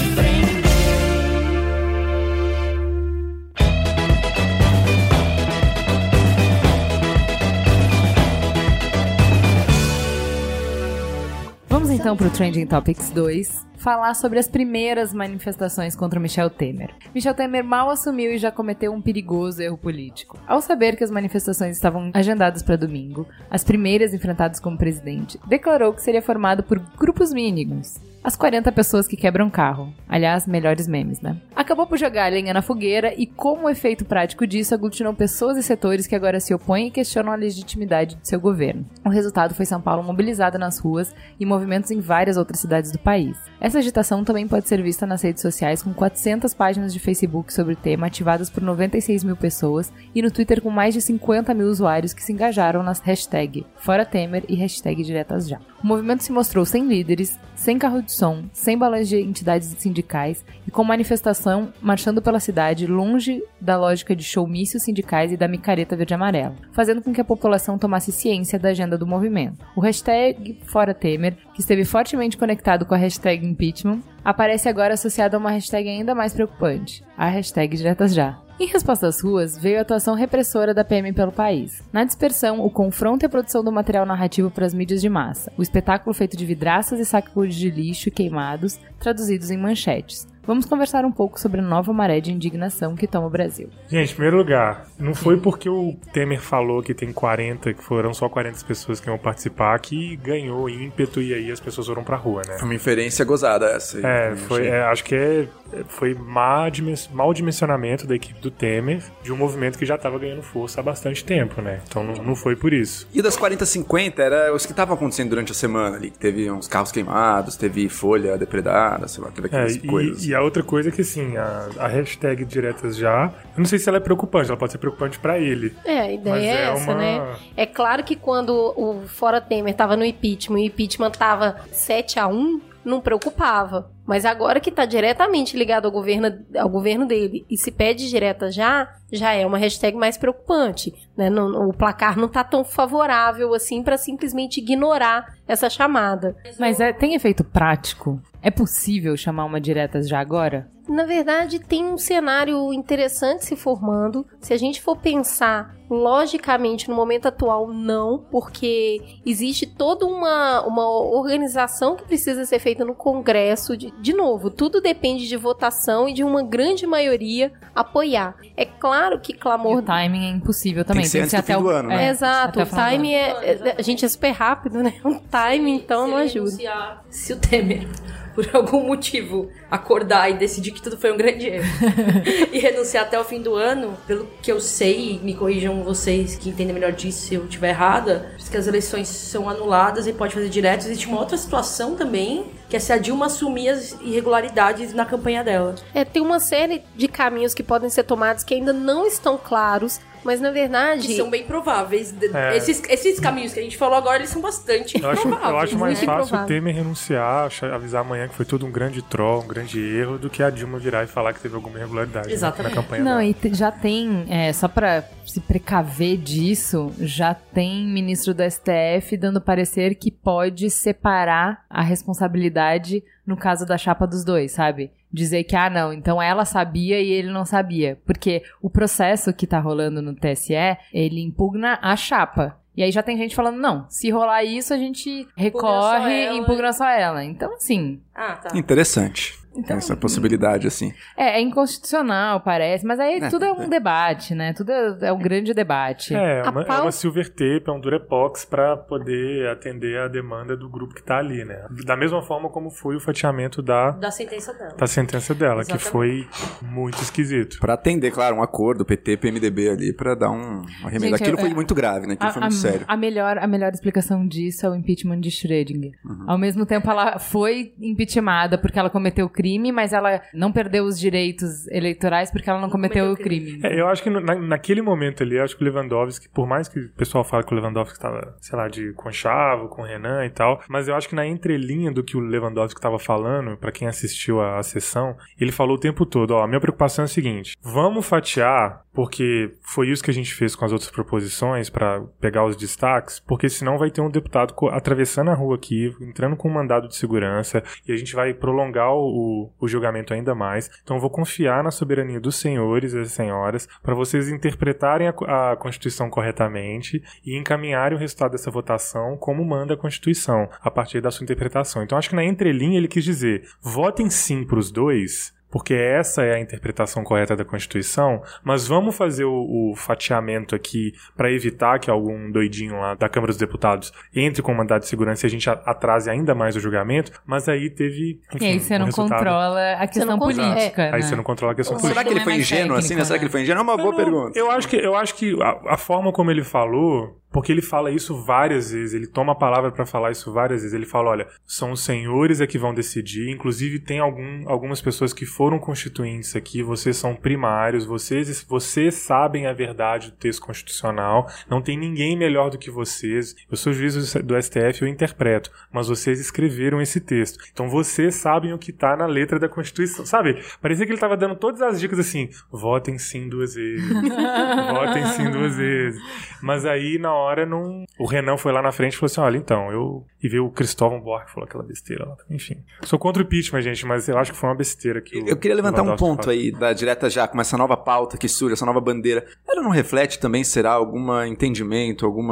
Vamos então para o Trending Topics 2, falar sobre as primeiras manifestações contra Michel Temer. Michel Temer mal assumiu e já cometeu um perigoso erro político. Ao saber que as manifestações estavam agendadas para domingo, as primeiras enfrentadas como presidente, declarou que seria formado por grupos mínimos. As 40 pessoas que quebram carro. Aliás, melhores memes, né? Acabou por jogar a lenha na fogueira e, como efeito prático disso, aglutinou pessoas e setores que agora se opõem e questionam a legitimidade de seu governo. O resultado foi São Paulo mobilizada nas ruas e movimentos em várias outras cidades do país. Essa agitação também pode ser vista nas redes sociais, com 400 páginas de Facebook sobre o tema ativadas por 96 mil pessoas e no Twitter com mais de 50 mil usuários que se engajaram nas hashtag Fora Temer e hashtag Diretas Já. O movimento se mostrou sem líderes, sem carro de som, sem balões de entidades sindicais e com manifestação marchando pela cidade longe da lógica de showmícios sindicais e da micareta verde-amarela, fazendo com que a população tomasse ciência da agenda do movimento. O hashtag Fora Temer, que esteve fortemente conectado com a hashtag Impeachment, aparece agora associado a uma hashtag ainda mais preocupante, a hashtag Diretas Já. Em resposta às ruas, veio a atuação repressora da PM pelo país. Na dispersão, o confronto e a produção do material narrativo para as mídias de massa. O espetáculo feito de vidraças e sacos de lixo queimados, traduzidos em manchetes. Vamos conversar um pouco sobre a nova maré de indignação que toma o Brasil. Gente, em primeiro lugar, não foi porque o Temer falou que tem 40, que foram só 40 pessoas que iam participar, que ganhou ímpeto e aí as pessoas foram pra rua, né? Foi uma inferência gozada essa. Acho que é foi mau dimensionamento da equipe do Temer de um movimento que já estava ganhando força há bastante tempo, né? Então não foi por isso. E das 40-50 era os que estavam acontecendo durante a semana ali, que teve uns carros queimados, teve folha depredada, sei lá, teve aquelas coisas. E a outra coisa é que, assim, a hashtag diretas já, eu não sei se ela é preocupante, ela pode ser preocupante pra ele. A ideia é essa, né? É claro que quando o Fora Temer tava no impeachment e o impeachment tava 7-1, não preocupava. Mas agora que tá diretamente ligado ao governo dele e se pede direta já é uma hashtag mais preocupante, né? O placar não tá tão favorável assim pra simplesmente ignorar essa chamada. Mas tem efeito prático? É possível chamar uma diretas já agora? Na verdade, tem um cenário interessante se formando. Se a gente for pensar logicamente no momento atual, não, porque existe toda uma organização que precisa ser feita no Congresso. De novo, tudo depende de votação e de uma grande maioria apoiar. É claro que clamor... E o timing é impossível também. Tem que ser antes do fim do ano, né? Exato, o timing a gente é super rápido, né? O timing, então, não ajuda. Se o Temer, por algum motivo, acordar e decidir que tudo foi um grande erro e renunciar até o fim do ano, pelo que eu sei, me corrijam vocês que entendem melhor disso se eu estiver errada, que as eleições são anuladas e pode fazer direto. Existe uma outra situação também, que é se a Dilma assumir as irregularidades na campanha dela. Tem uma série de caminhos que podem ser tomados que ainda não estão claros, mas na verdade... Que são bem prováveis. Esses caminhos que a gente falou agora, eles são bastante prováveis. Eu acho mais fácil provável. o Temer renunciar, avisar amanhã que foi tudo um grande troll, um grande erro, do que a Dilma virar e falar que teve alguma irregularidade na campanha dela. Não, e já tem, só pra se precaver disso, já tem ministro do STF dando parecer que pode separar a responsabilidade no caso da chapa dos dois, sabe? Dizer que, não, então ela sabia e ele não sabia. Porque o processo que tá rolando no TSE, ele impugna a chapa. E aí já tem gente falando, não, se rolar isso, a gente recorre e impugna só ela. Então, assim... tá. Interessante. Então, essa possibilidade, assim. É inconstitucional, parece, mas aí tudo é um debate, né? Tudo é um grande debate. É uma silver tape, é um durepox pra poder atender a demanda do grupo que tá ali, né? Da mesma forma como foi o fatiamento da sentença dela. Da sentença dela, Exatamente. Que foi muito esquisito. Pra atender, claro, um acordo PT, PMDB ali, pra dar uma remenda. Aquilo foi muito grave, né? Aquilo foi muito sério. A melhor explicação disso é o impeachment de Schrödinger. Ao mesmo tempo, ela foi impeachmentada porque ela cometeu crime, mas ela não perdeu os direitos eleitorais porque ela não cometeu o crime. Eu acho que naquele momento ali, eu acho que o Lewandowski, por mais que o pessoal fale que o Lewandowski estava, sei lá, de conchavo, com o Renan e tal, mas eu acho que na entrelinha do que o Lewandowski estava falando, pra quem assistiu a sessão, ele falou o tempo todo, a minha preocupação é a seguinte, vamos fatiar, porque foi isso que a gente fez com as outras proposições pra pegar os destaques, porque senão vai ter um deputado atravessando a rua aqui, entrando com um mandado de segurança, e a gente vai prolongar o julgamento ainda mais. Então eu vou confiar na soberania dos senhores e das senhoras para vocês interpretarem a Constituição corretamente e encaminharem o resultado dessa votação como manda a Constituição, a partir da sua interpretação. Então acho que na entrelinha ele quis dizer, votem sim para os dois, porque essa é a interpretação correta da Constituição, mas vamos fazer o fatiamento aqui para evitar que algum doidinho lá da Câmara dos Deputados entre com mandado de segurança e a gente atrase ainda mais o julgamento, mas aí teve, enfim, e aí você não controla a questão política, né? Aí você não controla a questão política. Será que ele foi ingênuo assim, né? Será que ele foi ingênuo? É uma boa pergunta. Eu acho que a forma como ele falou, porque ele fala isso várias vezes, ele toma a palavra para falar isso várias vezes, ele fala, olha, são os senhores que vão decidir, inclusive tem algumas pessoas que foram constituintes aqui, vocês são primários, vocês sabem a verdade do texto constitucional, não tem ninguém melhor do que vocês, eu sou juiz do STF, eu interpreto, mas vocês escreveram esse texto, então vocês sabem o que tá na letra da Constituição, sabe? Parecia que ele tava dando todas as dicas assim, votem sim 2 vezes, votem sim 2 vezes, mas aí na hora não... O Renan foi lá na frente e falou assim, olha, então, e veio o Cristóvão Buarque falou aquela besteira lá. Enfim. Sou contra o impeachment, gente, mas eu acho que foi uma besteira que eu queria levantar um ponto aí da direta já, com essa nova pauta que surge, essa nova bandeira. Ela não reflete também, será, algum entendimento, alguma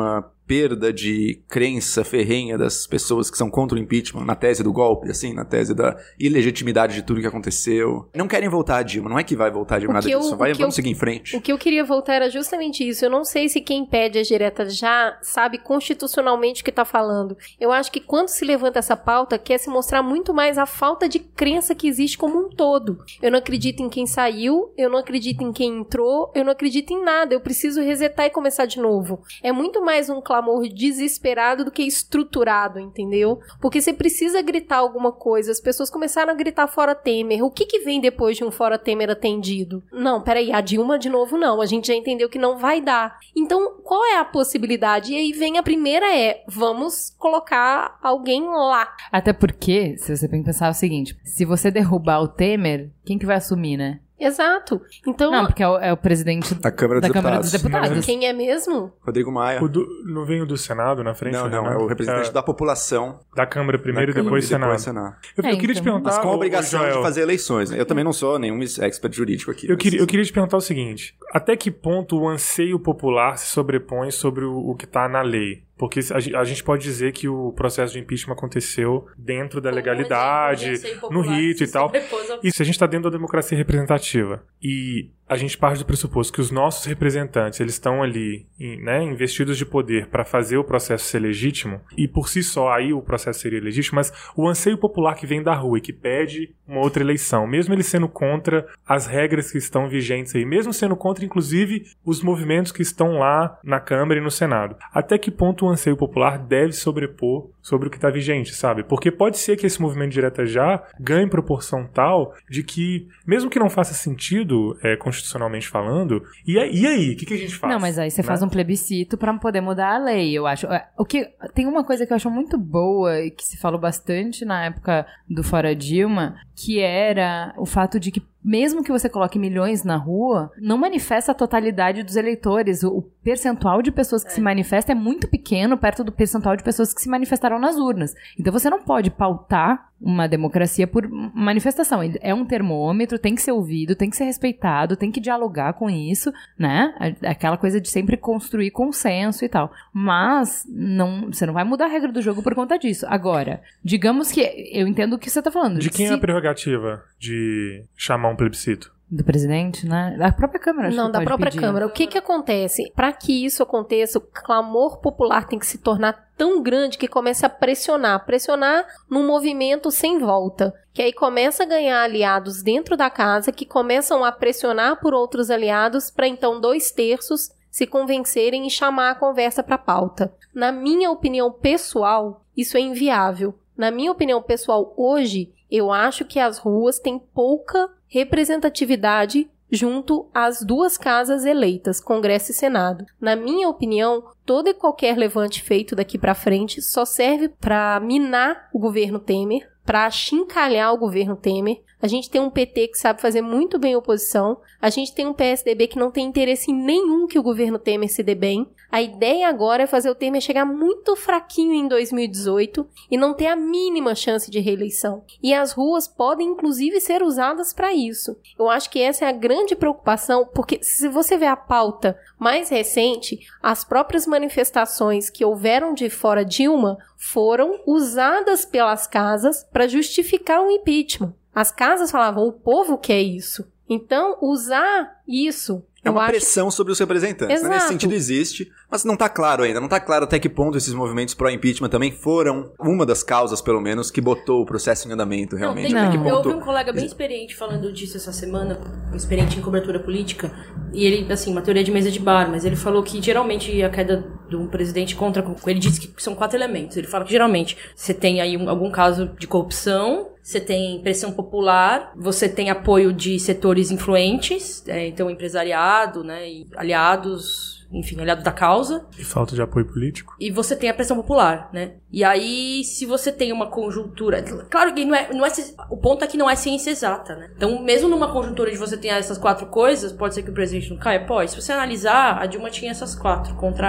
perda de crença ferrenha das pessoas que são contra o impeachment, na tese do golpe, assim, na tese da ilegitimidade de tudo que aconteceu. Não querem voltar a Dilma, não é que vai voltar a Dilma, nada disso, vamos seguir em frente. O que eu queria voltar era justamente isso. Eu não sei se quem pede as diretas já sabe constitucionalmente o que tá falando. Eu acho que quando se levanta essa pauta, quer se mostrar muito mais a falta de crença que existe como um todo. Eu não acredito em quem saiu, eu não acredito em quem entrou, eu não acredito em nada. Eu preciso resetar e começar de novo. É muito mais um clamor desesperado do que estruturado, entendeu? Porque você precisa gritar alguma coisa. As pessoas começaram a gritar fora Temer. O que vem depois de um fora Temer atendido? Não, peraí, a Dilma de novo não. A gente já entendeu que não vai dar. Então, qual é a possibilidade? E aí vem a primeira vamos colocar alguém lá. Até porque, se você pensar o seguinte, se você derrubar o Temer, quem que vai assumir, né? Exato. Então, não, porque é o presidente da Câmara dos Deputados. Quem é mesmo? Rodrigo Maia. Não vem o do Senado na frente? Não, é o representante da população. Da Câmara primeiro e depois Senado. Eu queria te perguntar... Mas com a obrigação de fazer eleições, né? Eu também não sou nenhum expert jurídico aqui. Eu queria te perguntar o seguinte, até que ponto o anseio popular se sobrepõe sobre o que está na lei? Porque a gente pode dizer que o processo de impeachment aconteceu dentro da legalidade, no rito e tal. E se a gente está dentro da democracia representativa e a gente parte do pressuposto que os nossos representantes, eles estão ali, né, investidos de poder para fazer o processo ser legítimo, e por si só aí o processo seria legítimo, mas o anseio popular que vem da rua e que pede uma outra eleição, mesmo ele sendo contra as regras que estão vigentes aí, mesmo sendo contra, inclusive, os movimentos que estão lá na Câmara e no Senado, até que ponto o anseio popular deve sobrepor sobre o que está vigente, sabe? Porque pode ser que esse movimento direta já ganhe proporção tal de que, mesmo que não faça sentido, constitucionalmente falando, e aí? O que a gente faz? Não, mas aí você faz um plebiscito pra poder mudar a lei, eu acho. Tem uma coisa que eu acho muito boa e que se falou bastante na época do Fora Dilma, que era o fato de que mesmo que você coloque milhões na rua, não manifesta a totalidade dos eleitores. O percentual de pessoas que se manifesta é muito pequeno perto do percentual de pessoas que se manifestaram nas urnas. Então você não pode pautar uma democracia por manifestação. É um termômetro, tem que ser ouvido, tem que ser respeitado, tem que dialogar com isso, né? Aquela coisa de sempre construir consenso e tal. Mas você não vai mudar a regra do jogo por conta disso. Agora, digamos que eu entendo o que você tá falando. De quem é a prerrogativa de chamar um plebiscito? Do presidente, né? Da própria Câmara. Não, da própria Câmara. O que acontece? Para que isso aconteça, o clamor popular tem que se tornar tão grande que comece a pressionar num movimento sem volta, que aí começa a ganhar aliados dentro da casa, que começam a pressionar por outros aliados, para então 2/3 se convencerem e chamar a conversa para pauta. Na minha opinião pessoal, isso é inviável. Na minha opinião pessoal, hoje, eu acho que as ruas têm pouca representatividade junto às duas casas eleitas, Congresso e Senado. Na minha opinião, todo e qualquer levante feito daqui para frente só serve para minar o governo Temer, para achincalhar o governo Temer. A gente tem um PT que sabe fazer muito bem oposição. A gente tem um PSDB que não tem interesse em nenhum que o governo Temer se dê bem. A ideia agora é fazer o Temer chegar muito fraquinho em 2018 e não ter a mínima chance de reeleição. E as ruas podem, inclusive, ser usadas para isso. Eu acho que essa é a grande preocupação, porque se você ver a pauta mais recente, as próprias manifestações que houveram de fora Dilma foram usadas pelas casas para justificar o impeachment. As casas falavam, o povo quer isso. Então, usar isso... É uma pressão sobre os representantes. Né? Nesse sentido existe, mas não está claro ainda. Não está claro até que ponto esses movimentos pró-impeachment também foram uma das causas, pelo menos, que botou o processo em andamento, realmente. Eu ouvi um colega bem experiente falando disso essa semana, experiente em cobertura política, e ele, assim, uma teoria de mesa de bar, mas ele falou que geralmente a queda de um presidente contra... Ele disse que são 4 elementos. Ele fala que geralmente você tem aí algum caso de corrupção, você tem pressão popular, você tem apoio de setores influentes, então empresariado, né, e aliados, enfim, aliado da causa. E falta de apoio político. E você tem a pressão popular, né? E aí, se você tem uma conjuntura... Claro que não é o ponto é que não é ciência exata, né? Então, mesmo numa conjuntura de você ter essas 4 coisas, pode ser que o presidente não caia? Pode. Se você analisar, a Dilma tinha essas 4 contra ela.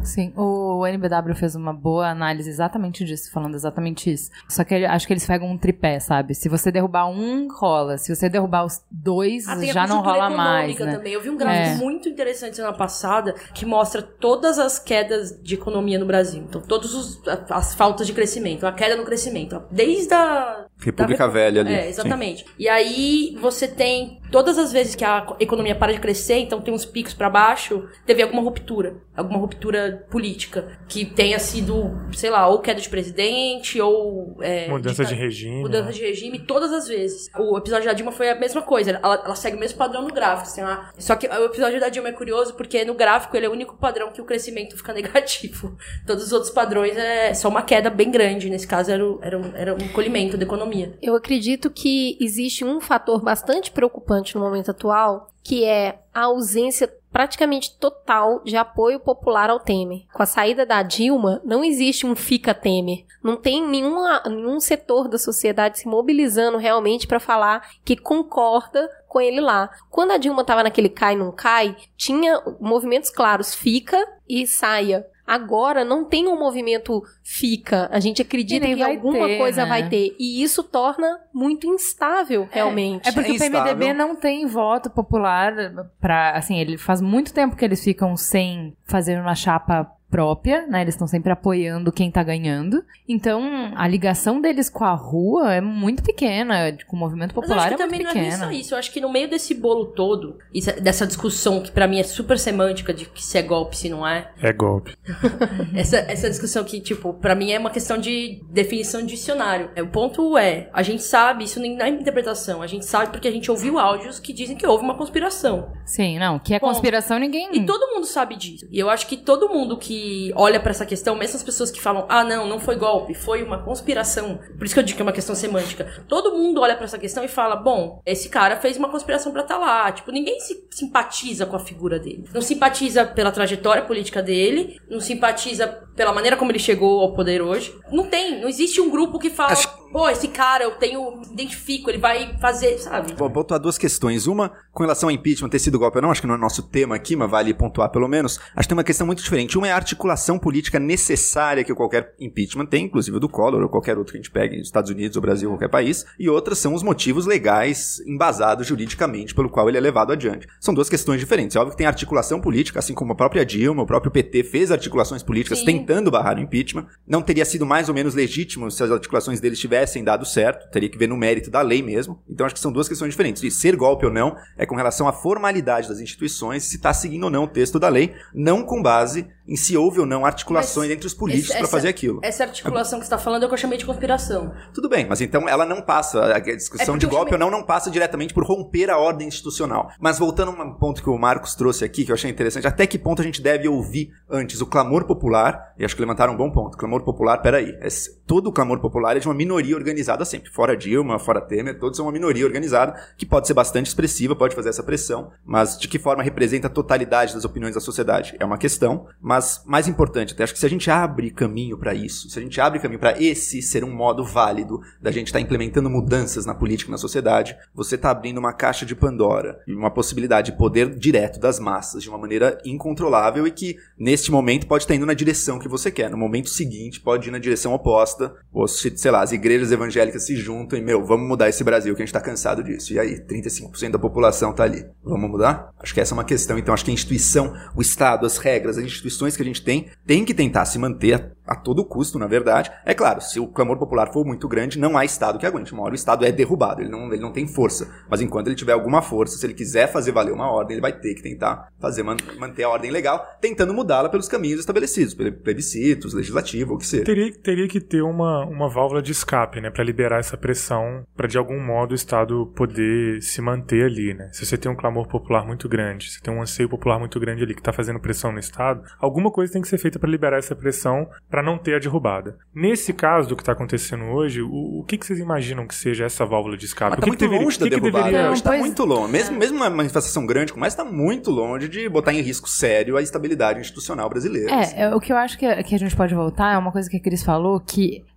Sim, o NBW fez uma boa análise exatamente disso, falando exatamente isso. Só que acho que eles pegam um tripé, sabe? Se você derrubar um, rola. Se você derrubar os dois, já não rola mais, né? Também. Eu vi um gráfico muito interessante semana passada que mostra todas as quedas de economia no Brasil. Então, todas as faltas de crescimento, a queda no crescimento. Desde a... República Velha ali. Exatamente. Sim. E aí, você tem... Todas as vezes que a economia para de crescer, então tem uns picos pra baixo, teve alguma ruptura política, que tenha sido, sei lá, ou queda de presidente, ou... mudança de regime. Mudança de regime, todas as vezes. O episódio da Dilma foi a mesma coisa, ela segue o mesmo padrão no gráfico. Assim, só que o episódio da Dilma é curioso, porque no gráfico ele é o único padrão que o crescimento fica negativo. Todos os outros padrões é só uma queda bem grande, nesse caso era um encolhimento da economia. Eu acredito que existe um fator bastante preocupante no momento atual, que é a ausência praticamente total de apoio popular ao Temer. Com a saída da Dilma, não existe um fica Temer. Não tem nenhum setor da sociedade se mobilizando realmente para falar que concorda com ele lá. Quando a Dilma estava naquele cai, não cai, tinha movimentos claros, fica e saia. Agora não tem um movimento fica. A gente acredita que alguma coisa vai ter. E isso torna muito instável, realmente. É porque o PMDB não tem voto popular pra... Assim, ele faz muito tempo que eles ficam sem fazer uma chapa própria, né? Eles estão sempre apoiando quem tá ganhando. Então, a ligação deles com a rua é muito pequena, com o movimento popular é muito pequena. Mas eu acho que também não é só isso. Eu acho que no meio desse bolo todo, dessa discussão que pra mim é super semântica de que se é golpe, se não é. É golpe. essa discussão que, tipo, pra mim é uma questão de definição de dicionário. O ponto é, a gente sabe, isso nem na interpretação, a gente sabe porque a gente ouviu áudios que dizem que houve uma conspiração. Sim, não, que é conspiração ninguém... E todo mundo sabe disso. E eu acho que todo mundo que olha pra essa questão, mesmo as pessoas que falam, não foi golpe, foi uma conspiração. Por isso que eu digo que é uma questão semântica. Todo mundo olha pra essa questão e fala, bom, esse cara fez uma conspiração pra estar lá. Tipo, ninguém se simpatiza com a figura dele. Não simpatiza pela trajetória política dele, não simpatiza pela maneira como ele chegou ao poder hoje. Não existe um grupo que fala, pô, esse cara identifico, ele vai fazer, sabe? Vou pontuar duas questões. Uma, com relação ao impeachment ter sido golpe ou não, acho que não é nosso tema aqui, mas vale pontuar pelo menos. Acho que tem uma questão muito diferente. Uma é a articulação política necessária que qualquer impeachment tem, inclusive o do Collor ou qualquer outro que a gente pegue nos Estados Unidos ou Brasil, qualquer país. E outras são os motivos legais, embasados juridicamente, pelo qual ele é levado adiante. São duas questões diferentes. É óbvio que tem articulação política, assim como a própria Dilma, o próprio PT fez articulações políticas tentando barrar o impeachment. Não teria sido mais ou menos legítimo se as articulações deles tivessem dado certo. Teria que ver no mérito da lei mesmo. Então acho que são duas questões diferentes. E ser golpe ou não é com relação à formalidade das instituições, se está seguindo ou não o texto da lei, não com base em se houve ou não articulações entre os políticos para fazer aquilo. Essa articulação que você está falando é o que eu chamei de conspiração. Tudo bem, mas então ela não passa, a discussão de golpe ou não passa diretamente por romper a ordem institucional. Mas voltando a um ponto que o Marcos trouxe aqui, que eu achei interessante, até que ponto a gente deve ouvir antes o clamor popular, e acho que levantaram um bom ponto, clamor popular, peraí, todo o clamor popular é de uma minoria organizada sempre, fora Dilma, fora Temer, todos são uma minoria organizada, que pode ser bastante expressiva, pode fazer essa pressão, mas de que forma representa a totalidade das opiniões da sociedade? É uma questão, mas mais importante, até acho que se a gente abre caminho para isso, se a gente abre caminho para esse ser um modo válido da gente estar implementando mudanças na política e na sociedade, você está abrindo uma caixa de Pandora e uma possibilidade de poder direto das massas de uma maneira incontrolável e que neste momento pode estar indo na direção que você quer, no momento seguinte pode ir na direção oposta, ou sei lá, as igrejas evangélicas se juntam e vamos mudar esse Brasil que a gente está cansado disso, e aí 35% da população tá ali, vamos mudar? Acho que essa é uma questão, então acho que a instituição, o Estado, as regras, as instituições que a gente tem que tentar se manter a todo custo, na verdade. É claro, se o clamor popular for muito grande, não há Estado que aguente. Uma hora o Estado é derrubado, ele não tem força. Mas enquanto ele tiver alguma força, se ele quiser fazer valer uma ordem, ele vai ter que tentar manter a ordem legal, tentando mudá-la pelos caminhos estabelecidos, plebiscitos, legislativo, o que seja. Teria que ter uma válvula de escape, né, para liberar essa pressão, para de algum modo o Estado poder se manter ali, né? Se você tem um clamor popular muito grande, se tem um anseio popular muito grande ali que tá fazendo pressão no Estado, alguma coisa tem que ser feita para liberar essa pressão, para não ter a derrubada. Nesse caso do que está acontecendo hoje, o que vocês imaginam que seja essa válvula de escape? Mas tá muito longe da derrubada. Está muito longe. Mesmo uma manifestação grande como essa, está muito longe de botar em risco sério a estabilidade institucional brasileira. O que eu acho que a gente pode voltar é uma coisa que a Cris falou, que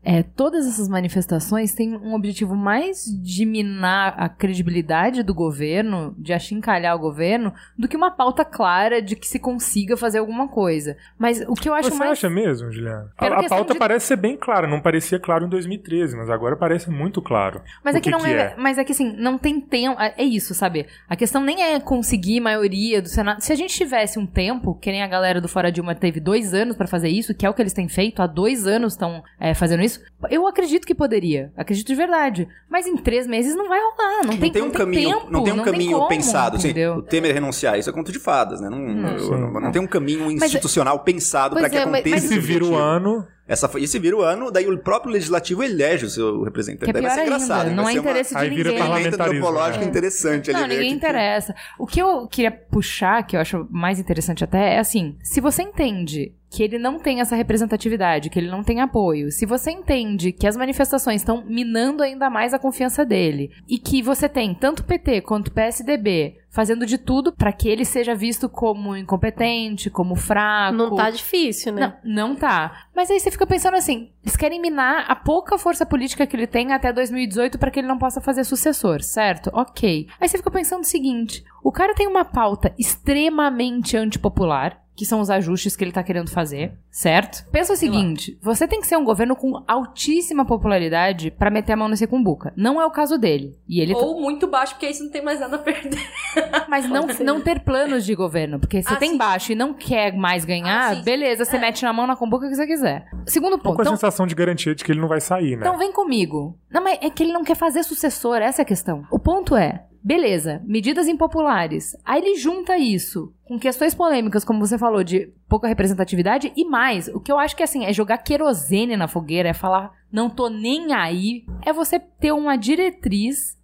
todas essas manifestações têm um objetivo mais de minar a credibilidade do governo, de achincalhar o governo, do que uma pauta clara de que se consiga fazer alguma coisa. Mas o que eu acho Você mais... acha mesmo, Juliana? Pela A questão pauta de- parece ser bem clara, não parecia claro em 2013, mas agora parece muito claro. Mas o é que não que é, mas é que assim, não tem tempo, é isso, sabe? A questão nem é conseguir maioria do Senado. Se a gente tivesse um tempo, que nem a galera do Fora Dilma teve 2 anos pra fazer isso, que é o que eles têm feito, há 2 anos estão fazendo isso, eu acredito que poderia, acredito de verdade. Mas em 3 meses não vai rolar, não tem um caminho, tempo, não tem um caminho como, pensado. Assim, entendeu? o Temer renunciar, isso é conto de fadas, né? Não tem um caminho Mas- institucional pensado Pois para que é, mas- aconteça mas- esse Se vira o objetivo. ano... E se vira o ano, daí o próprio legislativo elege o seu representante. Que é Daí vai ser pior engraçado. ainda, hein? não Vai é ser uma interesse de Aí vira ninguém. ferramenta parlamentarismo, antropológica né? interessante ali. Não, ninguém interessa. O que eu queria puxar, que eu acho mais interessante até, é assim, se você entende que ele não tem essa representatividade, que ele não tem apoio, se você entende que as manifestações estão minando ainda mais a confiança dele, e que você tem tanto o PT quanto o PSDB fazendo de tudo pra que ele seja visto como incompetente, como fraco... Não tá difícil, né? Não tá. Mas aí você fica pensando assim, eles querem minar a pouca força política que ele tem até 2018 pra que ele não possa fazer sucessor, certo? Ok. Aí você fica pensando o seguinte, o cara tem uma pauta extremamente antipopular, que são os ajustes que ele tá querendo fazer, certo? Pensa o seguinte, você tem que ser um governo com altíssima popularidade pra meter a mão nesse cumbuca. Não é o caso dele. E ele Ou muito baixo, porque aí você não tem mais nada a perder. Mas não ter planos de governo. Porque se você tem sim. baixo e não quer mais ganhar, sim. beleza, você mete na mão na cumbuca que você quiser. Segundo Tô com ponto. a Então, sensação de garantia de que ele não vai sair, né? então vem comigo. Não, mas é que ele não quer fazer sucessor, essa é a questão. O ponto é, beleza, medidas impopulares. Aí ele junta isso com questões polêmicas, como você falou, de pouca representatividade e mais. O que eu acho que assim, é jogar querosene na fogueira, é falar, não tô nem aí. É você ter uma diretriz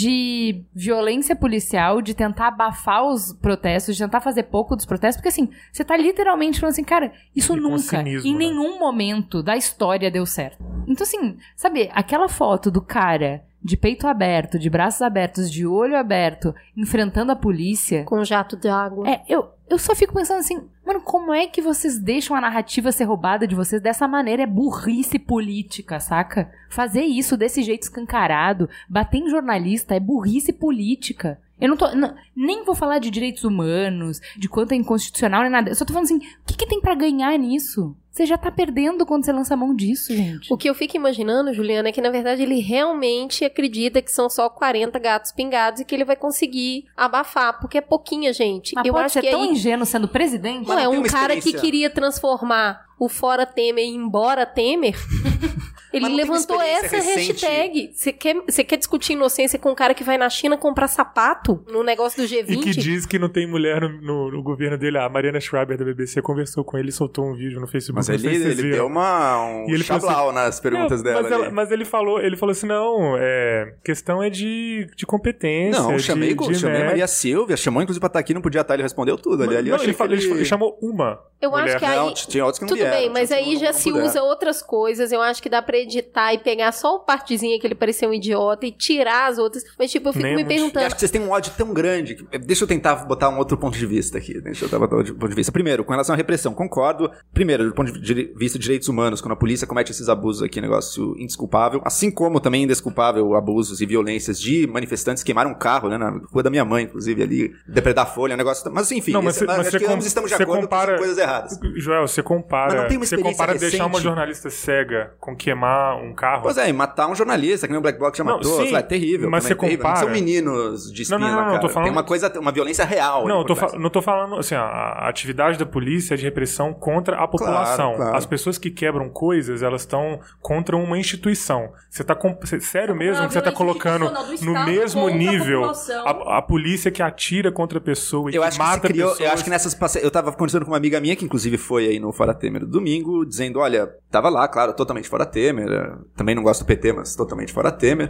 de violência policial, de tentar abafar os protestos, de tentar fazer pouco dos protestos, porque assim, você tá literalmente falando assim, cara, isso E com nunca, cinismo, em né? nenhum momento da história deu certo. Então assim, sabe, aquela foto do cara de peito aberto, de braços abertos, de olho aberto, enfrentando a polícia, Com jato de água. eu só fico pensando assim, mano, como é que vocês deixam a narrativa ser roubada de vocês dessa maneira? É burrice política, saca? Fazer isso desse jeito escancarado, bater em jornalista, é burrice política. Eu não tô... nem vou falar de direitos humanos, de quanto é inconstitucional, nem nada. Eu só tô falando assim, o que tem pra ganhar nisso? Você já tá perdendo quando você lança a mão disso, gente. O que eu fico imaginando, Juliana, é que na verdade ele realmente acredita que são só 40 gatos pingados e que ele vai conseguir abafar, porque é pouquinha gente. Mas eu pode acho ser que tão aí ingênuo sendo presidente? não é não tem um uma cara que experiência. queria transformar o Fora Temer em Embora Temer. Ele Mas não tem uma levantou experiência essa recente. hashtag. Você quer discutir inocência com um cara que vai na China comprar sapato no negócio do G20? E que diz que não tem mulher no governo dele. A Mariana Schreiber da BBC conversou com ele e soltou um vídeo no Facebook. Mas não sei se vocês ele viram. deu um E ele falou chablau nas perguntas Não, dela. ali. Mas ele falou assim, não, questão é de competência. Não, chamei né? Maria Silvia, chamou inclusive pra estar aqui, não podia estar, ele respondeu tudo ali. Não, achei ele chamou uma Eu mulher. acho que aí... Não, tinha outros que não Tudo vieram, bem, mas tinha aí outros que já não se puderam. usa outras coisas. Eu acho que dá pra editar e pegar só o partezinha que ele parecia um idiota e tirar as outras. Mas, tipo, eu fico Nem me muito. E perguntando. acho que vocês têm um ódio tão grande. Deixa eu tentar botar um outro ponto de vista aqui. Primeiro, com relação à repressão, concordo. Primeiro, do ponto de vista de direitos humanos, quando a polícia comete esses abusos aqui, negócio indesculpável. Assim como também indesculpável abusos e violências de manifestantes que queimaram um carro, né? Na rua da minha mãe, inclusive, ali, depredar folha, um negócio. Mas enfim, Não, mas acho que ambos estamos de acordo que são coisas erradas. Joel, você Mas não compara, tem uma experiência deixar uma recente. jornalista cega com queimar um carro. Pois é, e matar um jornalista, que nem o Black Bloc já Não, matou. sim, É terrível. mas também você terrível. Não compara- são meninos de espinha Não, na cara. tô falando- Tem uma coisa, uma violência real. Não, ali por trás. não tô falando assim, a atividade da polícia é de repressão contra a população. claro. As pessoas que quebram coisas, elas estão contra uma instituição. Você tá sério mesmo uma que você tá violência colocando institucional do no Estado mesmo contra a nível população. a polícia que atira contra a pessoa e Eu que acho que se mata criou, pessoas. eu acho que nessas eu tava conversando com uma amiga minha que inclusive foi aí no Fora Temer no domingo, dizendo, olha, tava lá, claro, totalmente fora Temer, também não gosto do PT, mas totalmente fora Temer,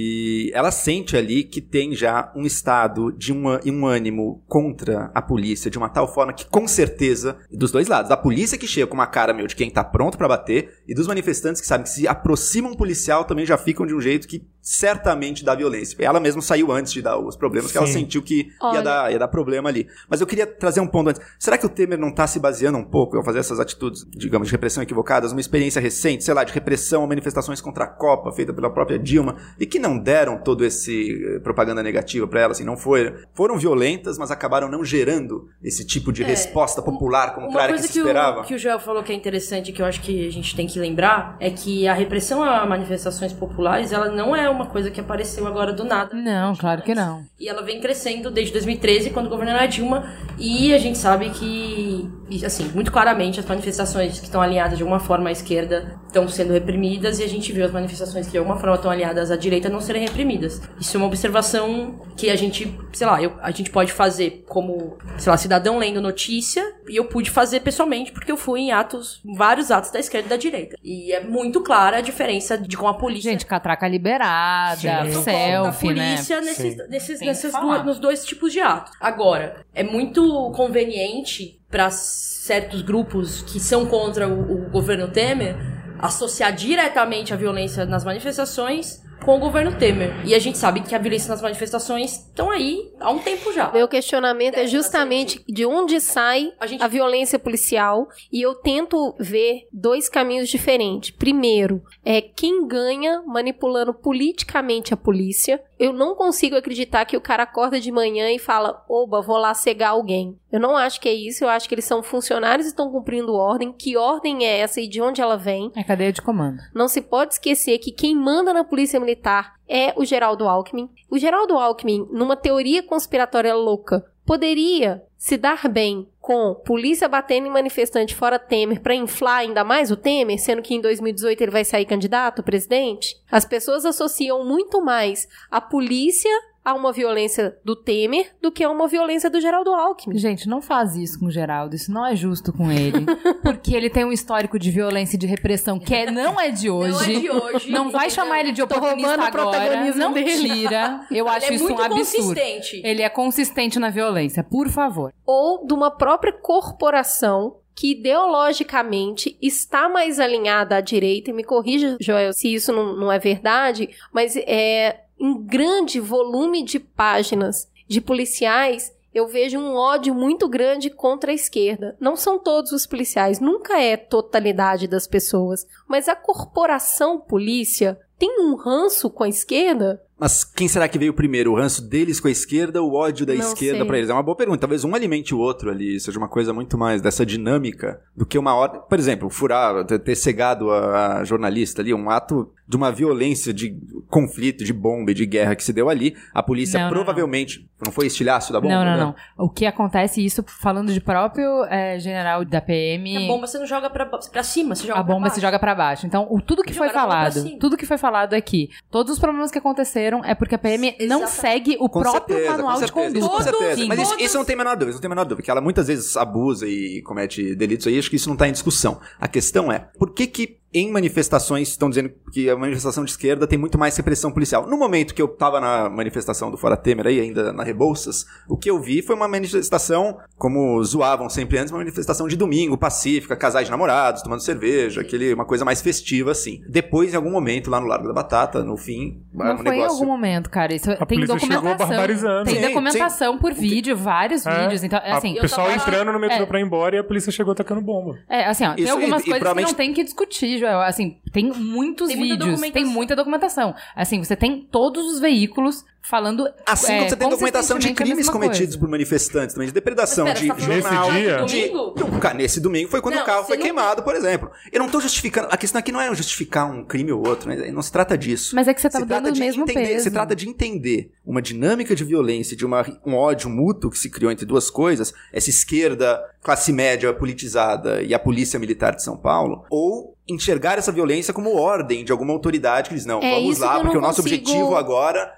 e ela sente ali que tem já um estado de um ânimo contra a polícia de uma tal forma que com certeza, dos dois lados, da polícia que chega com uma cara meio de quem tá pronto pra bater e dos manifestantes que sabem que se aproximam um policial também já ficam de um jeito que certamente dar violência. Ela mesma saiu antes de dar os problemas, que ela sentiu que ia dar problema ali. Mas eu queria trazer um ponto antes. Será que o Temer não tá se baseando um pouco ao fazer essas atitudes, digamos, de repressão equivocadas, uma experiência recente, sei lá, de repressão a manifestações contra a Copa, feita pela própria Dilma, e que não deram todo esse propaganda negativa pra ela, assim, não foram violentas, mas acabaram não gerando esse tipo de resposta popular contrária que se esperava? Uma coisa que o Joel falou que é interessante, que eu acho que a gente tem que lembrar, é que a repressão a manifestações populares, ela não é uma coisa que apareceu agora do nada. Não, claro que não. E ela vem crescendo desde 2013, quando governou a Dilma, e a gente sabe que, assim, muito claramente as manifestações que estão alinhadas de alguma forma à esquerda estão sendo reprimidas, e a gente viu as manifestações que de alguma forma estão alinhadas à direita não serem reprimidas. Isso é uma observação que a gente, sei lá, a gente pode fazer como, sei lá, cidadão lendo notícia, e eu pude fazer pessoalmente, porque eu fui em vários atos da esquerda e da direita. E é muito clara a diferença de como a polícia... Gente, catraca liberada, selfie, né? A polícia nos dois tipos de atos. Agora, é muito conveniente para certos grupos que são contra o governo Temer associar diretamente a violência nas manifestações com o governo Temer. E a gente sabe que a violência nas manifestações estão aí há um tempo já. Meu questionamento é justamente de onde sai a violência policial, e eu tento ver dois caminhos diferentes. Primeiro, quem ganha manipulando politicamente a polícia. Eu não consigo acreditar que o cara acorda de manhã e fala, oba, vou lá cegar alguém. Eu não acho que é isso, eu acho que eles são funcionários e estão cumprindo ordem. Que ordem é essa e de onde ela vem? É cadeia de comando. Não se pode esquecer que quem manda na polícia militar é o Geraldo Alckmin. O Geraldo Alckmin, numa teoria conspiratória louca, poderia se dar bem com polícia batendo em manifestante fora Temer para inflar ainda mais o Temer, sendo que em 2018 ele vai sair candidato, presidente? As pessoas associam muito mais a polícia a uma violência do Temer do que a uma violência do Geraldo Alckmin. Gente, não faz isso com o Geraldo, isso não é justo com ele, porque ele tem um histórico de violência e de repressão que não é de hoje. Não é de hoje. Não vai chamar ele de oportunista agora, não tira. Eu acho isso um absurdo. Consistente. Ele é consistente na violência, por favor. Ou de uma própria corporação que ideologicamente está mais alinhada à direita, e me corrija, Joel, se isso não é verdade, mas em grande volume de páginas de policiais, eu vejo um ódio muito grande contra a esquerda. Não são todos os policiais, nunca é totalidade das pessoas, mas a corporação polícia tem um ranço com a esquerda. Mas quem será que veio primeiro? O ranço deles com a esquerda ou o ódio da esquerda pra eles? É uma boa pergunta. Talvez um alimente o outro ali, seja uma coisa muito mais dessa dinâmica do que uma ordem. Por exemplo, furar, ter cegado a jornalista ali, um ato de uma violência, de conflito, de bomba e de guerra que se deu ali. A polícia provavelmente... Não foi estilhaço da bomba? Não. O que acontece, isso falando de próprio general da PM... A bomba você não joga pra cima, você joga a bomba se joga pra baixo. Então, tudo que foi falado aqui, todos os problemas que aconteceram é porque a PM não segue o próprio manual de conduta. Com certeza. Mas isso não tem a menor dúvida, porque ela muitas vezes abusa e comete delitos aí, acho que isso não tá em discussão. A questão é, por que em manifestações estão dizendo que a manifestação de esquerda tem muito mais repressão policial? No momento que eu tava na manifestação do Fora Temer aí, ainda na Rebouças, o que eu vi foi uma manifestação, como zoavam sempre antes, uma manifestação de domingo, pacífica, casais de namorados, tomando cerveja, uma coisa mais festiva, assim. Depois, em algum momento, lá no Largo da Batata, no fim, não foi em algum momento, cara. Isso tem documentação. Tem documentação por vídeo, vários vídeos. Então, assim, o pessoal entrando no metrô pra ir embora e a polícia chegou atacando bomba. Assim, ó, tem algumas coisas que não tem que discutir, Joel. Assim, tem muitos vídeos, tem muita documentação. Assim, você tem todos os veículos falando assim como você tem documentação de crimes cometidos por manifestantes também, de depredação, de jornal. Nesse domingo foi quando o carro foi queimado, por exemplo. Eu não tô justificando, a questão aqui não é justificar um crime ou outro, né? Não se trata disso. Mas é que você tá dando o mesmo peso. Se trata de entender uma dinâmica de violência, de um ódio mútuo que se criou entre duas coisas, essa esquerda, classe média politizada e a polícia militar de São Paulo, ou enxergar essa violência como ordem de alguma autoridade que diz, não, vamos lá, porque o nosso objetivo agora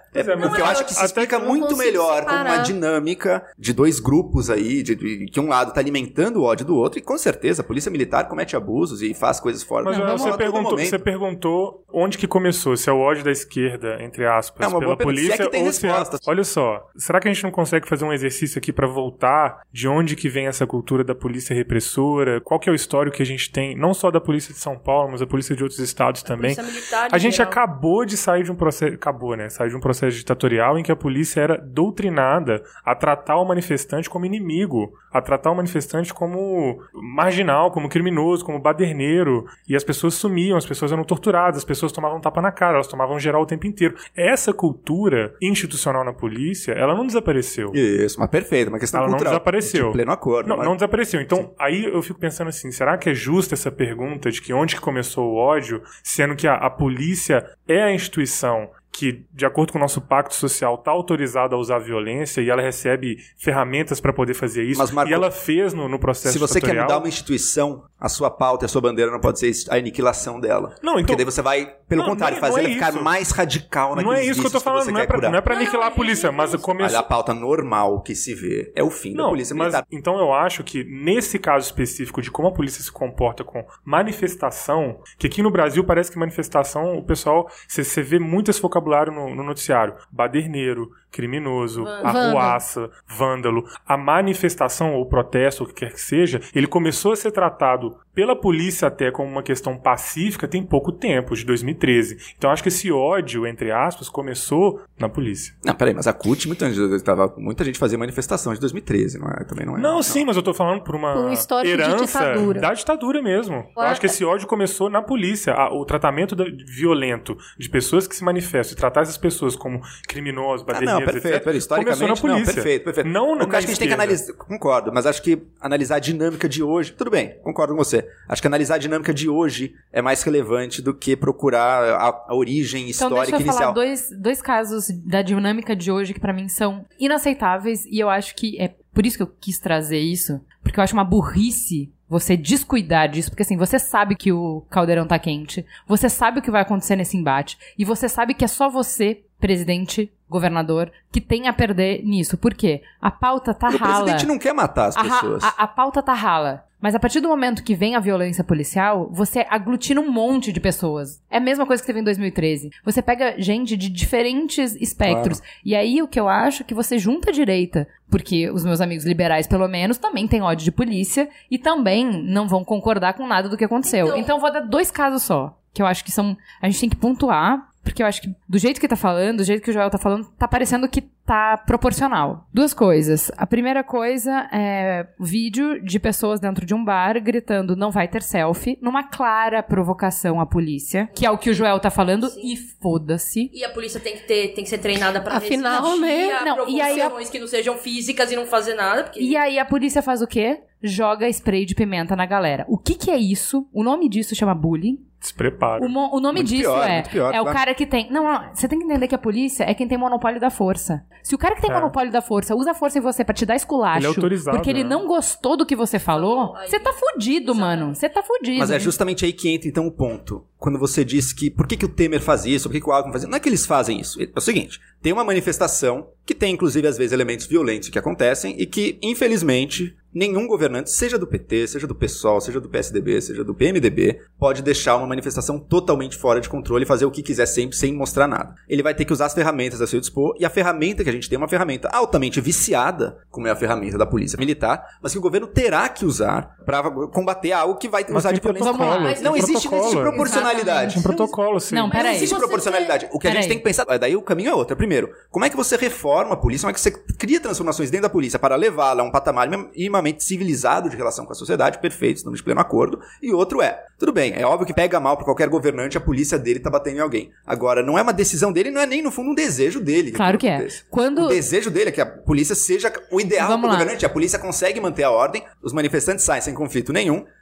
mas O que eu acho que se até explica que eu não muito consigo melhor como uma separar. dinâmica de dois grupos aí, que um lado tá alimentando o ódio do outro, e com certeza a polícia militar comete abusos e faz coisas fora Mas da norma você a todo momento. perguntou onde que começou, se é o ódio da esquerda, entre aspas, É uma boa pela pergunta. Se polícia, é que tem ou se é... resposta. Olha só, será que a gente não consegue fazer um exercício aqui pra voltar de onde que vem essa cultura da polícia repressora? Qual que é o histórico que a gente tem, não só da polícia de São Paulo, mas da polícia de outros estados também? Polícia militar, A gente geral. acabou de sair de um processo... Acabou, né? Saiu de um processo ditatorial em que a polícia era doutrinada a tratar o manifestante como inimigo, a tratar o manifestante como marginal, como criminoso, como baderneiro. E as pessoas sumiam, as pessoas eram torturadas, as pessoas tomavam tapa na cara, elas tomavam geral o tempo inteiro. Essa cultura institucional na polícia, ela não desapareceu. Isso, mas perfeito, uma questão Ela não cultural. desapareceu. De pleno acordo. Não desapareceu. Então, aí eu fico pensando assim, será que é justa essa pergunta de que onde que começou o ódio, sendo que a polícia é a instituição que, de acordo com o nosso pacto social, está autorizada a usar violência e ela recebe ferramentas para poder fazer isso. Mas, Marco, e ela fez no processo Se você quer ditatorial. mudar uma instituição, a sua pauta e a sua bandeira não pode ser a aniquilação dela. Não, então- Porque daí você vai, pelo Não, contrário, não é fazer ela ficar isso. mais radical naqueles Não é isso que eu tô vícios falando, você não é quer pra, curar. não é pra aniquilar a polícia, mas Olha, começou... a pauta normal que se vê é o fim da Não, polícia mas militar. então eu acho que nesse caso específico de como a polícia se comporta com manifestação, que aqui no Brasil parece que manifestação, o pessoal, você vê muito esse vocabulário no noticiário. Baderneiro, criminoso, arruaça, vândalo. A manifestação ou protesto, o que quer que seja, ele começou a ser tratado pela polícia até como uma questão pacífica tem pouco tempo, de 2013. Então acho que esse ódio, entre aspas, começou na polícia. Não, peraí, mas a CUT, muita gente fazia manifestação de 2013, não é? Também não é. Não, sim, mas eu tô falando por uma Por um histórico de herança ditadura. da ditadura mesmo. Eu acho que esse ódio começou na polícia. O tratamento violento de pessoas que se manifestam e tratar essas pessoas como criminosos, baderneiros, perfeito, etc. historicamente, começou na polícia. Não, perfeito. Não O que eu acho que a gente tem que analisar, concordo, mas acho que analisar a dinâmica de hoje, tudo bem, concordo com você. Acho que analisar a dinâmica de hoje é mais relevante do que procurar a origem Então histórica deixa eu inicial. falar dois casos da dinâmica de hoje que pra mim são inaceitáveis e eu acho que é por isso que eu quis trazer isso, porque eu acho uma burrice você descuidar disso, porque assim, você sabe que o caldeirão tá quente, você sabe o que vai acontecer nesse embate, e você sabe que é só você, presidente, governador, que tem a perder nisso. Por quê? A pauta tá O rala. presidente não quer matar as pessoas. A pauta tá rala. Mas a partir do momento que vem a violência policial, você aglutina um monte de pessoas. É a mesma coisa que teve em 2013. Você pega gente de diferentes espectros. Claro. E aí o que eu acho é que você junta a direita. Porque os meus amigos liberais, pelo menos, também têm ódio de polícia. E também não vão concordar com nada do que aconteceu. Então eu vou dar 2 casos só. Que eu acho que são... A gente tem que pontuar. Porque eu acho que do jeito que tá falando, do jeito que o Joel tá falando, tá parecendo que tá proporcional. 2 coisas. A primeira coisa é vídeo de pessoas dentro de um bar gritando não vai ter selfie, numa clara provocação à polícia, que é o que o Joel tá falando, e foda-se. E a polícia tem que ser treinada pra Afinal, resistir né? a Não, e aí provocações que não sejam físicas e não fazer nada. Porque... E aí a polícia faz o quê? Joga spray de pimenta na galera. O que é isso? O nome disso chama bullying. Despreparo. O nome Muito disso pior, é muito pior, o claro. cara que tem... Não, você tem que entender que a polícia é quem tem monopólio da força. Se o cara que tem monopólio da força usa a força em você pra te dar esculacho, ele é autorizado, porque ele né? não gostou do que você falou, Aí- você tá fudido, mano. Você tá fudido. Mas é justamente aí que entra, então, o ponto. Quando você diz que... Por que o Temer faz isso? Por que o Alckmin faz isso? Não é que eles fazem isso. É o seguinte. Tem uma manifestação que tem, inclusive, às vezes, elementos violentos que acontecem e que, infelizmente, nenhum governante, seja do PT, seja do PSOL, seja do PSDB, seja do PMDB, pode deixar uma manifestação totalmente fora de controle e fazer o que quiser sempre, sem mostrar nada. Ele vai ter que usar as ferramentas a seu dispor, e a ferramenta que a gente tem é uma ferramenta altamente viciada, como é a ferramenta da polícia militar, mas que o governo terá que usar para combater algo que vai usar de violência. protocolo, Não tem existe protocolo. proporcionalidade. Um protocolo, sim. Não, Não peraí. existe proporcionalidade. O que a gente Peraí. tem que pensar... Daí o caminho é outro. Primeiro, como é que você reforma a polícia? Como é que você cria transformações dentro da polícia para levá-la a um patamar minimamente civilizado de relação com a sociedade? Perfeito, estamos de pleno acordo. E outro é... Tudo bem, é óbvio que pega mal para qualquer governante a polícia dele tá batendo em alguém. Agora, não é uma decisão dele, não é nem, no fundo, um desejo dele. Claro que é. aconteça. Quando... O desejo dele é que a polícia seja o ideal Vamos do lá. governante. A polícia consegue manter a ordem, os manifestantes saem sem conflito nenhum,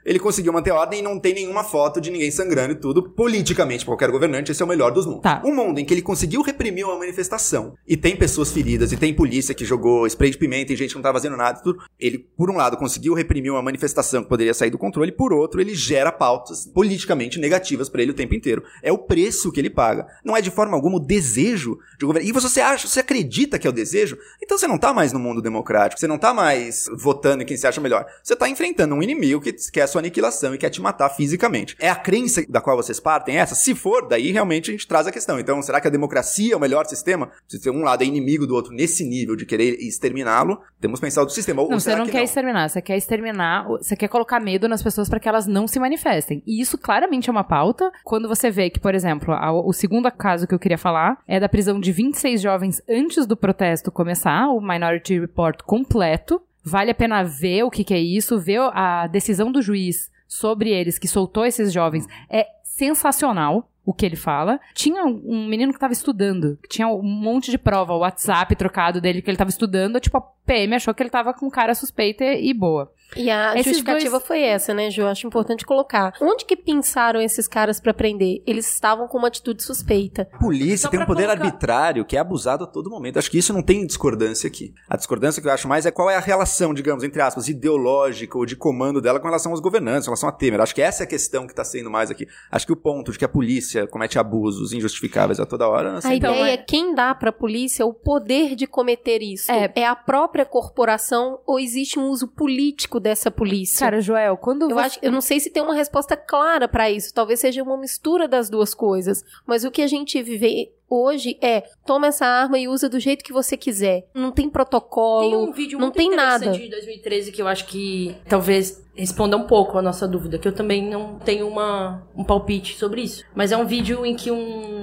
ele conseguiu manter a ordem e não tem nenhuma foto de ninguém sangrando e tudo. Politicamente, pra qualquer governante, esse é o melhor dos mundos. Tá. Um mundo em que ele conseguiu reprimir uma manifestação e tem pessoas feridas e tem polícia que jogou spray de pimenta e gente que não tá fazendo nada e tudo. Ele, por um lado, conseguiu reprimir uma manifestação que poderia sair do controle, por outro, ele gera pautas politicamente negativas pra ele o tempo inteiro. É o preço que ele paga. Não é de forma alguma o desejo de governo. E você acredita que é o desejo? Então você não tá mais no mundo democrático, você não tá mais votando em quem você acha melhor. Você tá enfrentando um inimigo que quer a sua aniquilação e quer te matar fisicamente. É a crença da qual vocês partem essa? Se for, daí realmente a gente traz a questão. Então, será que a democracia é o melhor sistema? Se um lado é inimigo do outro nesse nível de querer exterminá-lo, temos que pensar do sistema. Ou Não, você será não que quer exterminar, você quer exterminar, você quer colocar medo nas pessoas para que elas não se manifestem. E isso claramente é uma pauta. Quando você vê que, por exemplo, o segundo caso que eu queria falar é da prisão de 26 jovens antes do protesto começar, o Minority Report completo. Vale a pena ver o que é isso, ver a decisão do juiz sobre eles, que soltou esses jovens. É sensacional o que ele fala. Tinha um menino que tava estudando, que tinha um monte de prova, o WhatsApp trocado dele que ele tava estudando, tipo, a PM achou que ele tava com cara suspeita e boa. E a justificativa foi essa, né, Ju? Acho importante colocar. Onde que pensaram esses caras pra prender? Eles estavam com uma atitude suspeita. A polícia Só tem um pra poder colocar- arbitrário que é abusado a todo momento. Acho que isso não tem discordância aqui. A discordância que eu acho mais é qual é a relação, digamos, entre aspas, ideológica ou de comando dela com relação aos governantes, com relação a Temer. Acho que essa é a questão que tá sendo mais aqui. Acho que o ponto de que a polícia comete abusos injustificáveis a toda hora... A ideia é quem dá pra polícia o poder de cometer isso. É a própria corporação ou existe um uso político dessa polícia? Cara, Joel, quando Eu não sei se tem uma resposta clara pra isso. Talvez seja uma mistura das duas coisas. Mas o que a gente vive hoje é: toma essa arma e usa do jeito que você quiser. Não tem protocolo, Tem um vídeo não muito tem interessante nada. de 2013 que eu acho que talvez responda um pouco a nossa dúvida, que eu também não tenho um palpite sobre isso. Mas é um vídeo em que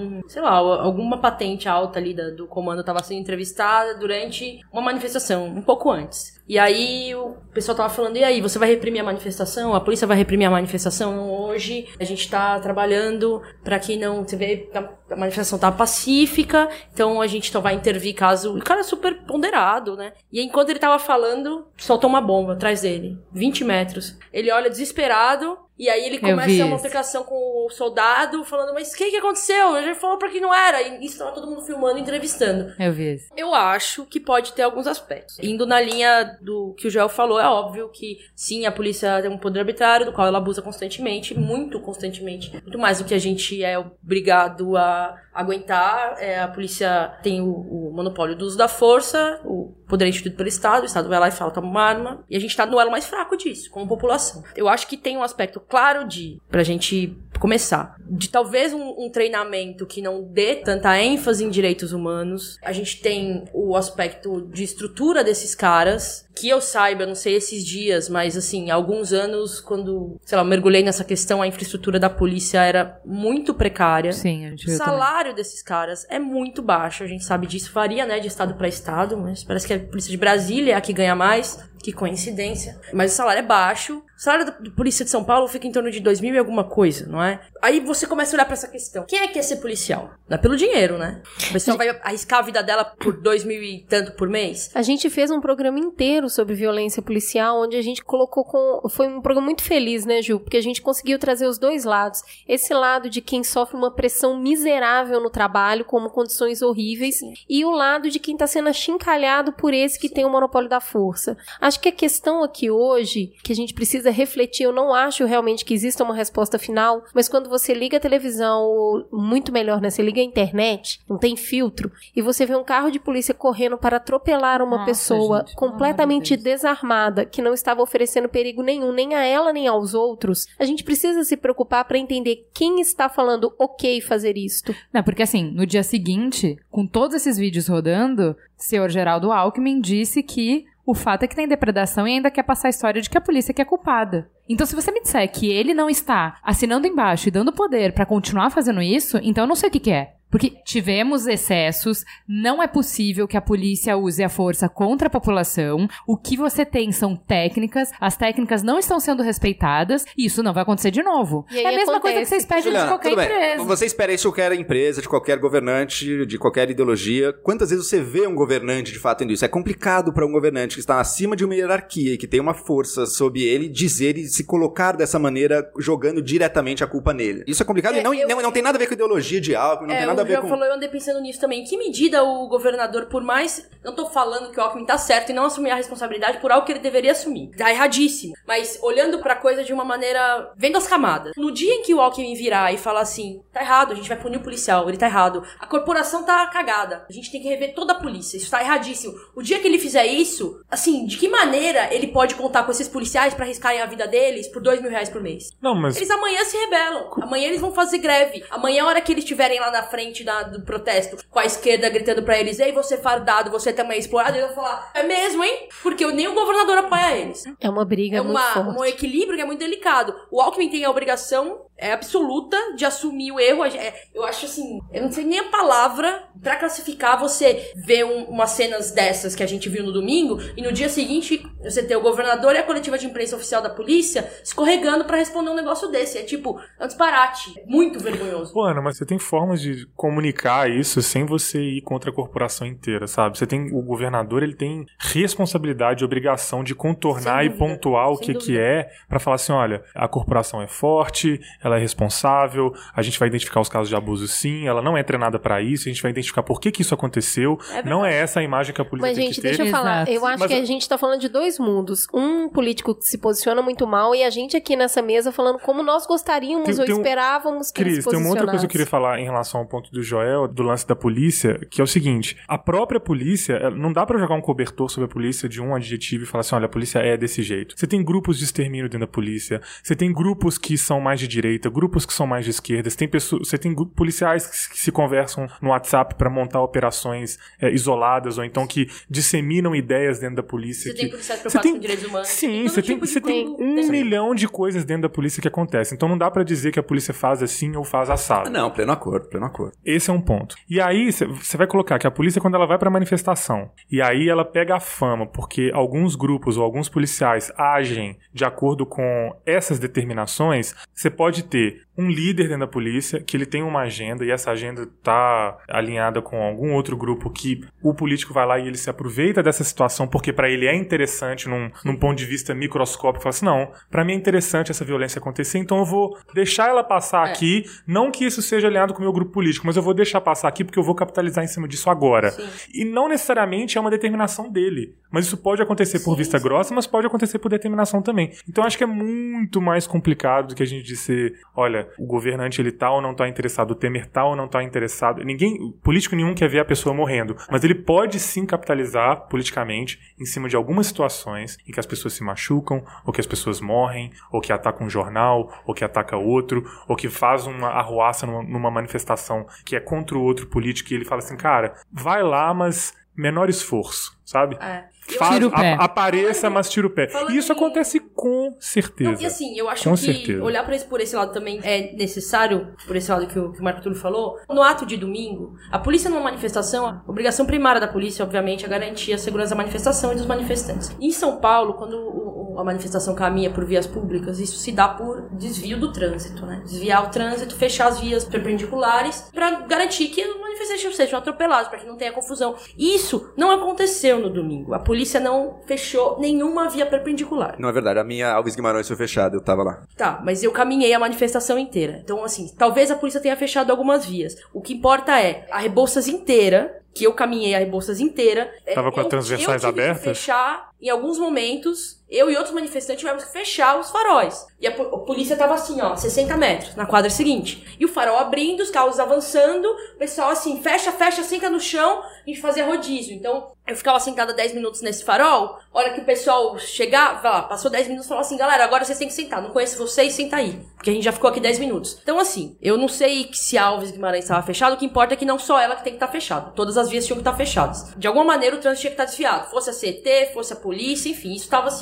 alguma patente alta ali do comando estava sendo entrevistada durante uma manifestação, um pouco antes. E aí o pessoal tava falando, e aí, você vai reprimir a manifestação? A polícia vai reprimir a manifestação? Não, hoje a gente tá trabalhando pra que não... Você vê que a manifestação tá pacífica, então a gente só vai intervir caso... O cara é super ponderado, né? E enquanto ele tava falando, soltou uma bomba atrás dele, 20 metros. Ele olha desesperado, e aí ele começa uma aplicação com o soldado, falando, mas o que aconteceu? Ele falou pra que não era. E isso tava todo mundo filmando e entrevistando. Eu vi isso. Eu acho que pode ter alguns aspectos. Indo na linha do que o Joel falou, é óbvio que sim, a polícia tem um poder arbitrário, do qual ela abusa constantemente, muito constantemente. Muito mais do que a gente é obrigado a aguentar. A polícia tem o monopólio do uso da força, o poder é instituído pelo Estado, o Estado vai lá e fala, toma uma arma, e a gente tá no elo mais fraco disso, como população. Eu acho que tem um aspecto claro pra gente começar, de talvez um treinamento que não dê tanta ênfase em direitos humanos. A gente tem o aspecto de estrutura desses caras, que eu saiba, eu não sei esses dias, mas assim, há alguns anos, quando, sei lá, eu mergulhei nessa questão, a infraestrutura da polícia era muito precária. Sim, a gente viu O salário desses caras é muito baixo, a gente sabe disso, varia, né, de estado pra estado, mas parece que a polícia de Brasília é a que ganha mais. Que coincidência. Mas o salário é baixo. O salário da polícia de São Paulo fica em torno de 2.000 e alguma coisa, não é? Aí você começa a olhar pra essa questão. Quem é que quer ser policial? Não é pelo dinheiro, né? A pessoa vai arriscar a vida dela por 2.000 e tanto por mês? A gente fez um programa inteiro sobre violência policial, onde a gente colocou foi um programa muito feliz, né, Ju? Porque a gente conseguiu trazer os dois lados. Esse lado de quem sofre uma pressão miserável no trabalho, como condições horríveis, e o lado de quem tá sendo achincalhado por esse que tem o monopólio da força. Acho que a questão aqui hoje, que a gente precisa refletir, eu não acho realmente que exista uma resposta final, mas quando você liga a televisão, ou muito melhor, né, você liga a internet, não tem filtro, e você vê um carro de polícia correndo para atropelar uma pessoa, gente, completamente desarmada, que não estava oferecendo perigo nenhum, nem a ela, nem aos outros, a gente precisa se preocupar para entender quem está falando ok fazer isto. Não, porque assim, no dia seguinte, com todos esses vídeos rodando, o senhor Geraldo Alckmin disse que o fato é que tem depredação e ainda quer passar a história de que a polícia que é culpada. Então, se você me disser que ele não está assinando embaixo e dando poder pra continuar fazendo isso, então eu não sei o que é. Porque tivemos excessos, não é possível que a polícia use a força contra a população. O que você tem são técnicas, as técnicas não estão sendo respeitadas e isso não vai acontecer de novo. E aí É a mesma acontece. coisa que vocês pedem de Juliana, qualquer tudo bem. empresa. Você espera isso de qualquer empresa, de qualquer governante, de qualquer ideologia. Quantas vezes você vê um governante de fato indo isso? É complicado para um governante que está acima de uma hierarquia e que tem uma força sob ele dizer e se colocar dessa maneira, jogando diretamente a culpa nele. Isso é complicado e não tem nada a ver com ideologia de Alckmin, não tem nada a ver o com... João falou, eu andei pensando nisso também. Em que medida o governador, por mais... Não tô falando que o Alckmin tá certo e não assumir a responsabilidade por algo que ele deveria assumir. Tá erradíssimo. Mas olhando pra coisa de uma maneira... Vendo as camadas. No dia em que o Alckmin virar e falar assim, tá errado, a gente vai punir o policial, ele tá errado. A corporação tá cagada. A gente tem que rever toda a polícia. Isso tá erradíssimo. O dia que ele fizer isso, assim, de que maneira ele pode contar com esses policiais pra arriscarem a vida deles por R$2.000 por mês? Não, mas... Eles amanhã se rebelam. Amanhã eles vão fazer greve. Amanhã, a hora que eles estiverem lá na frente do protesto, com a esquerda gritando pra eles, ei, você fardado, você também é explorado, eles vão falar, é mesmo, hein? Porque nem o governador apoia eles. É uma briga muito forte. Um equilíbrio que é muito delicado. O Alckmin tem a obrigação absoluta de assumir o erro. Eu acho assim, eu não sei nem a palavra pra classificar você ver umas cenas dessas que a gente viu no domingo e no dia seguinte você ter o governador e a coletiva de imprensa oficial da polícia escorregando pra responder um negócio desse. É tipo, é um disparate. Muito vergonhoso. Pô, Ana, mas você tem formas de comunicar isso sem você ir contra a corporação inteira, sabe? Você tem, o governador, ele tem responsabilidade e obrigação de contornar e pontuar o que é pra falar assim, olha, a corporação é forte, ela é responsável, a gente vai identificar os casos de abuso sim, ela não é treinada pra isso, a gente vai identificar por que isso aconteceu, não é essa a imagem que a polícia tem que ter. Mas, gente, deixa eu falar, eu acho que a gente tá falando de dois mundos. Um político que se posiciona muito mal e a gente aqui nessa mesa falando como nós gostaríamos ou esperávamos que ele se posicionasse. Tem uma outra coisa que eu queria falar em relação ao ponto do Joel, do lance da polícia, que é o seguinte, a própria polícia, não dá pra jogar um cobertor sobre a polícia de um adjetivo e falar assim, olha, a polícia é desse jeito. Você tem grupos de extermínio dentro da polícia, você tem grupos que são mais de direita, grupos que são mais de esquerda, você tem policiais que se conversam no WhatsApp pra montar operações isoladas, ou então que disseminam ideias dentro da polícia. Você tem policiais preocupados com direitos humanos. Sim, você tem 1 milhão de coisas dentro da polícia que acontecem. Então não dá pra dizer que a polícia faz assim ou faz assado. Não, pleno acordo. Esse é um ponto. E aí você vai colocar que a polícia, quando ela vai pra manifestação, e aí ela pega a fama porque alguns grupos ou alguns policiais agem de acordo com essas determinações, você pode ter um líder dentro da polícia que ele tem uma agenda e essa agenda tá alinhada com algum outro grupo que o político vai lá e ele se aproveita dessa situação porque pra ele é interessante num ponto de vista microscópico, fala assim, não, pra mim é interessante essa violência acontecer, então eu vou deixar ela passar aqui, não que isso seja alinhado com o meu grupo político, mas eu vou deixar passar aqui porque eu vou capitalizar em cima disso agora. Sim. E não necessariamente é uma determinação dele, mas isso pode acontecer por vista grossa, mas pode acontecer por determinação também. Então acho que é muito mais complicado do que a gente dizer, olha, o governante ele tá ou não tá interessado, o Temer tá ou não tá interessado. Político nenhum quer ver a pessoa morrendo, mas ele pode sim capitalizar politicamente em cima de algumas situações em que as pessoas se machucam, ou que as pessoas morrem, ou que atacam um jornal, ou que ataca outro, ou que faz uma arruaça numa manifestação que é contra o outro político e ele fala assim, cara, vai lá, mas menor esforço, sabe? Tira o pé. Apareça, mas tira o pé. E isso acontece com certeza. Não, e assim, eu acho que olhar pra isso por esse lado também é necessário, por esse lado que o Marco Túlio falou. No ato de domingo, a polícia numa manifestação, a obrigação primária da polícia, obviamente, é garantir a segurança da manifestação e dos manifestantes. Em São Paulo, quando a manifestação caminha por vias públicas, isso se dá por desvio do trânsito, né? Desviar o trânsito, fechar as vias perpendiculares pra garantir que os manifestantes sejam atropelados, pra que não tenha confusão. Isso não aconteceu no domingo. A polícia não fechou nenhuma via perpendicular. Não é verdade, a minha Alves Guimarães foi fechada, eu tava lá. Tá, mas eu caminhei a manifestação inteira. Então, assim, talvez a polícia tenha fechado algumas vias. O que importa é a Rebouças inteira, que eu caminhei a Rebouças inteira. Tava com as transversais abertas? Que fechar, em alguns momentos, eu e outros manifestantes tivemos que fechar os faróis. E a polícia tava assim, ó, 60 metros, na quadra seguinte. E o farol abrindo, os carros avançando, o pessoal assim, fecha, senta no chão, a gente fazia rodízio. Então, eu ficava sentada 10 minutos nesse farol, a hora que o pessoal chegava, passou 10 minutos, falava assim, galera, agora vocês têm que sentar, não conheço vocês, senta aí. Porque a gente já ficou aqui 10 minutos. Então, assim, eu não sei se a Alves Guimarães estava fechada, o que importa é que não só ela que tem que estar fechada. Todas as vias tinham que estar fechadas. De alguma maneira, o trânsito tinha que estar desviado. Fosse a CT, fosse a polícia, enfim, isso estava assim, ó,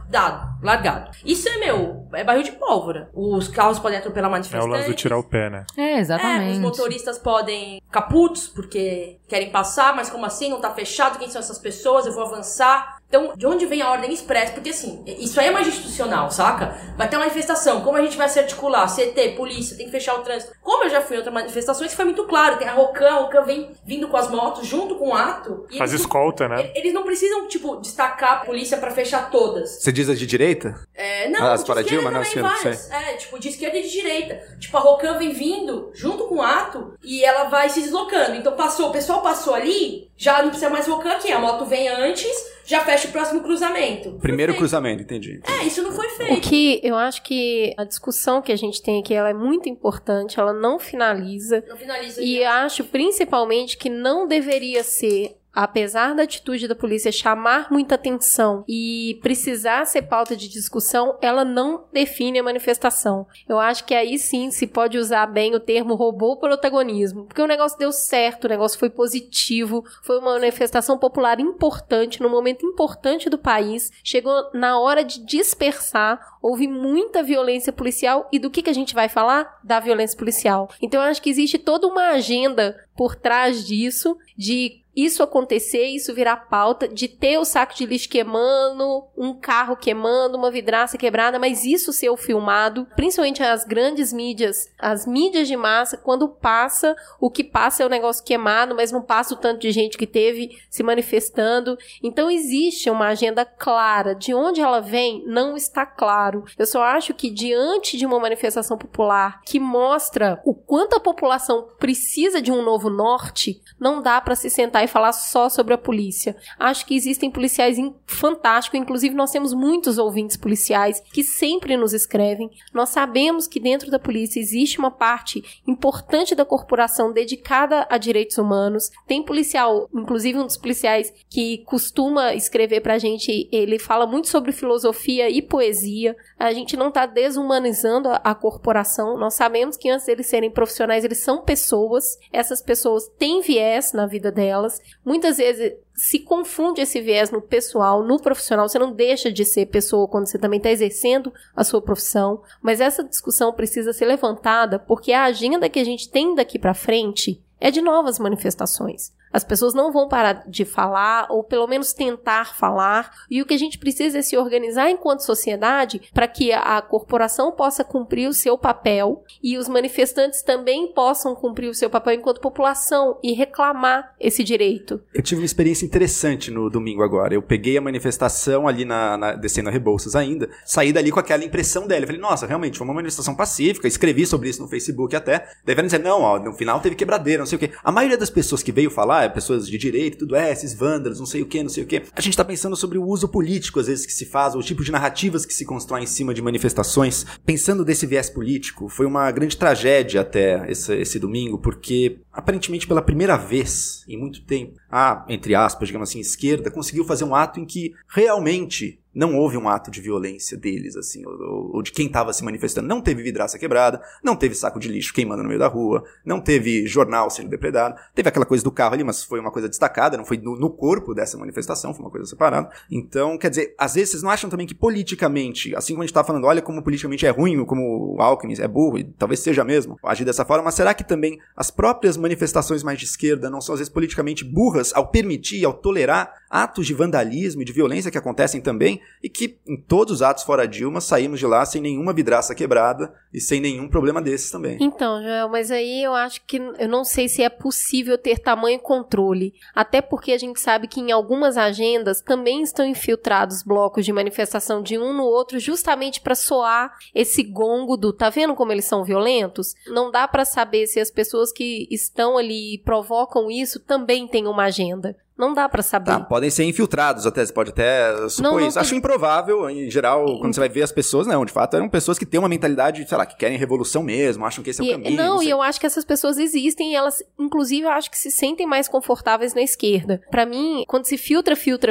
dado, largado. Isso é barril de pólvora. Os carros podem atropelar É o manifestantes. lance do tirar o pé, né? Exatamente. Os motoristas podem ficar putos porque querem passar, mas como assim? Não tá fechado? Quem são essas pessoas? Eu vou avançar. Então, de onde vem a ordem expressa? Porque assim, isso aí é mais institucional, saca? Vai ter uma manifestação, como a gente vai se articular? CT, polícia, tem que fechar o trânsito. Como eu já fui em outras manifestações, foi muito claro. Tem a Rocan vem vindo com as motos junto com o ato. Faz escolta, né? Eles não precisam, tipo, destacar a polícia pra fechar todas. Você diz as de direita? Não, As de para esquerda Dilma, não, também não várias. sei. Tipo, de esquerda e de direita. Tipo, a Rocan vem vindo junto com o ato e ela vai se deslocando. Então o pessoal passou ali, já não precisa mais Rocan aqui. A moto vem antes, já fecha o próximo cruzamento. Primeiro cruzamento, entendi. Isso não foi feito. O que eu acho que a discussão que a gente tem aqui, ela é muito importante, ela não finaliza. Não finaliza. E acho principalmente que não deveria ser, apesar da atitude da polícia chamar muita atenção e precisar ser pauta de discussão, ela não define a manifestação. Eu acho que aí sim se pode usar bem o termo roubou protagonismo, porque o negócio deu certo, o negócio foi positivo, foi uma manifestação popular importante, num momento importante do país, chegou na hora de dispersar, houve muita violência policial e do que a gente vai falar? Da violência policial. Então eu acho que existe toda uma agenda por trás disso, de isso acontecer, isso virar pauta, de ter o saco de lixo queimando, um carro queimando, uma vidraça quebrada, mas isso ser o filmado, principalmente as grandes mídias, as mídias de massa, quando passa, o que passa é o negócio queimado, mas não passa o tanto de gente que teve se manifestando. Então existe uma agenda clara. De onde ela vem, não está claro. Eu só acho que diante de uma manifestação popular que mostra o quanto a população precisa de um novo norte, não dá para se sentar e falar só sobre a polícia. Acho que existem policiais fantásticos, inclusive nós temos muitos ouvintes policiais que sempre nos escrevem. Nós sabemos que dentro da polícia existe uma parte importante da corporação dedicada a direitos humanos. Tem policial, inclusive um dos policiais que costuma escrever pra gente, ele fala muito sobre filosofia e poesia. A gente não tá desumanizando a corporação. Nós sabemos que antes deles serem profissionais, eles são pessoas. Essas pessoas têm viés na vida delas. Muitas vezes se confunde esse viés no pessoal, no profissional. Você não deixa de ser pessoa quando você também está exercendo a sua profissão. Mas essa discussão precisa ser levantada porque a agenda que a gente tem daqui para frente é de novas manifestações. As pessoas não vão parar de falar, ou pelo menos tentar falar, e o que a gente precisa é se organizar enquanto sociedade para que a corporação possa cumprir o seu papel e os manifestantes também possam cumprir o seu papel enquanto população e reclamar esse direito. Eu tive uma experiência interessante no domingo agora. Eu peguei a manifestação ali descendo a Rebouças ainda, saí dali com aquela impressão dela. Eu falei, nossa, realmente, foi uma manifestação pacífica, escrevi sobre isso no Facebook até. Daí vieram dizer, não, ó, no final teve quebradeira, não sei o quê. A maioria das pessoas que veio falar, pessoas de direito, tudo esses vândalos, não sei o quê. A gente tá pensando sobre o uso político, às vezes, que se faz, ou o tipo de narrativas que se constroem em cima de manifestações. Pensando desse viés político, foi uma grande tragédia até esse domingo, porque, aparentemente, pela primeira vez em muito tempo, a, entre aspas, digamos assim, esquerda, conseguiu fazer um ato em que realmente não houve um ato de violência deles, assim, ou de quem estava se manifestando. Não teve vidraça quebrada, não teve saco de lixo queimando no meio da rua, não teve jornal sendo depredado. Teve aquela coisa do carro ali, mas foi uma coisa destacada, não foi no corpo dessa manifestação, foi uma coisa separada. Então, quer dizer, às vezes vocês não acham também que politicamente, assim como a gente tá falando, olha como politicamente é ruim, como o Alckmin é burro, e talvez seja mesmo agir dessa forma, mas será que também as próprias manifestações mais de esquerda não são às vezes politicamente burras ao permitir, ao tolerar atos de vandalismo e de violência que acontecem também, e que em todos os atos fora Dilma saímos de lá sem nenhuma vidraça quebrada e sem nenhum problema desses também. Então, Joel, mas aí eu acho que eu não sei se é possível ter tamanho controle, até porque a gente sabe que em algumas agendas também estão infiltrados blocos de manifestação de um no outro justamente para soar esse gongo do tá vendo como eles são violentos? Não dá para saber se as pessoas que estão ali e provocam isso também têm uma agenda. Não dá pra saber. Tá, podem ser infiltrados até, você pode até supor isso. Acho improvável, em geral, quando você vai ver as pessoas, não, de fato, eram pessoas que têm uma mentalidade, sei lá, que querem revolução mesmo, acham que esse é o caminho. Não, e eu acho que essas pessoas existem e elas, inclusive, eu acho que se sentem mais confortáveis na esquerda. Pra mim, quando se filtra,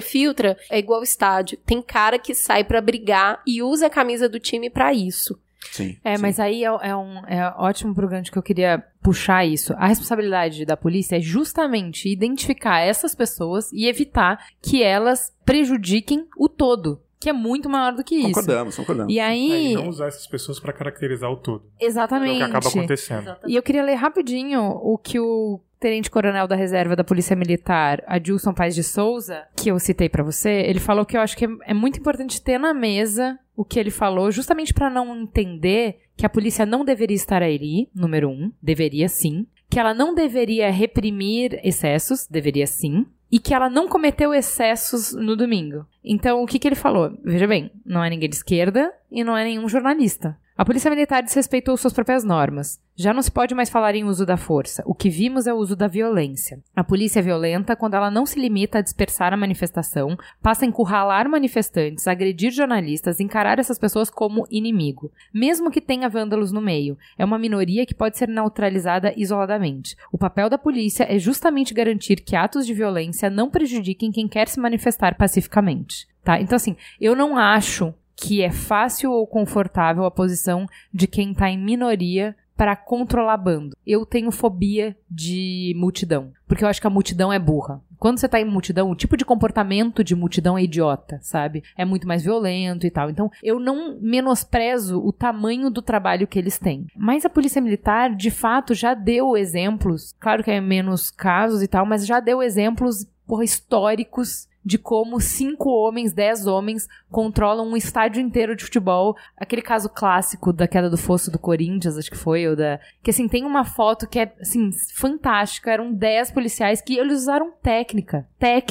é igual estádio. Tem cara que sai pra brigar e usa a camisa do time pra isso. Sim, sim. Mas aí é ótimo pro gancho que eu queria puxar isso. A responsabilidade da polícia é justamente identificar essas pessoas e evitar que elas prejudiquem o todo. que é muito maior do que isso. Concordamos. E aí... E não usar essas pessoas pra caracterizar o todo. Exatamente. É o que acaba acontecendo. E eu queria ler rapidinho o que o tenente-coronel da reserva da Polícia Militar, Adilson Paes de Souza, que eu citei pra você, ele falou que eu acho que é muito importante ter na mesa o que ele falou, justamente pra não entender que a polícia não deveria estar ali, número 1, deveria sim, que ela não deveria reprimir excessos, deveria sim, e que ela não cometeu excessos no domingo. Então, o que ele falou? Veja bem, não é ninguém de esquerda e não é nenhum jornalista. A Polícia Militar desrespeitou suas próprias normas. Já não se pode mais falar em uso da força. O que vimos é o uso da violência. A polícia é violenta quando ela não se limita a dispersar a manifestação, passa a encurralar manifestantes, agredir jornalistas, encarar essas pessoas como inimigo. Mesmo que tenha vândalos no meio, é uma minoria que pode ser neutralizada isoladamente. O papel da polícia é justamente garantir que atos de violência não prejudiquem quem quer se manifestar pacificamente. Tá? Então, assim, eu não acho que é fácil ou confortável a posição de quem tá em minoria para controlar bando. Eu tenho fobia de multidão, porque eu acho que a multidão é burra. Quando você tá em multidão, o tipo de comportamento de multidão é idiota, sabe? É muito mais violento e tal. Então, eu não menosprezo o tamanho do trabalho que eles têm. Mas a Polícia Militar, de fato, já deu exemplos, claro que é menos casos e tal, mas já deu exemplos, históricos de como 5 homens, 10 homens controlam um estádio inteiro de futebol. Aquele caso clássico da queda do fosso do Corinthians, acho que foi, que assim, tem uma foto que é, assim, fantástica. Eram 10 policiais que eles usaram técnica,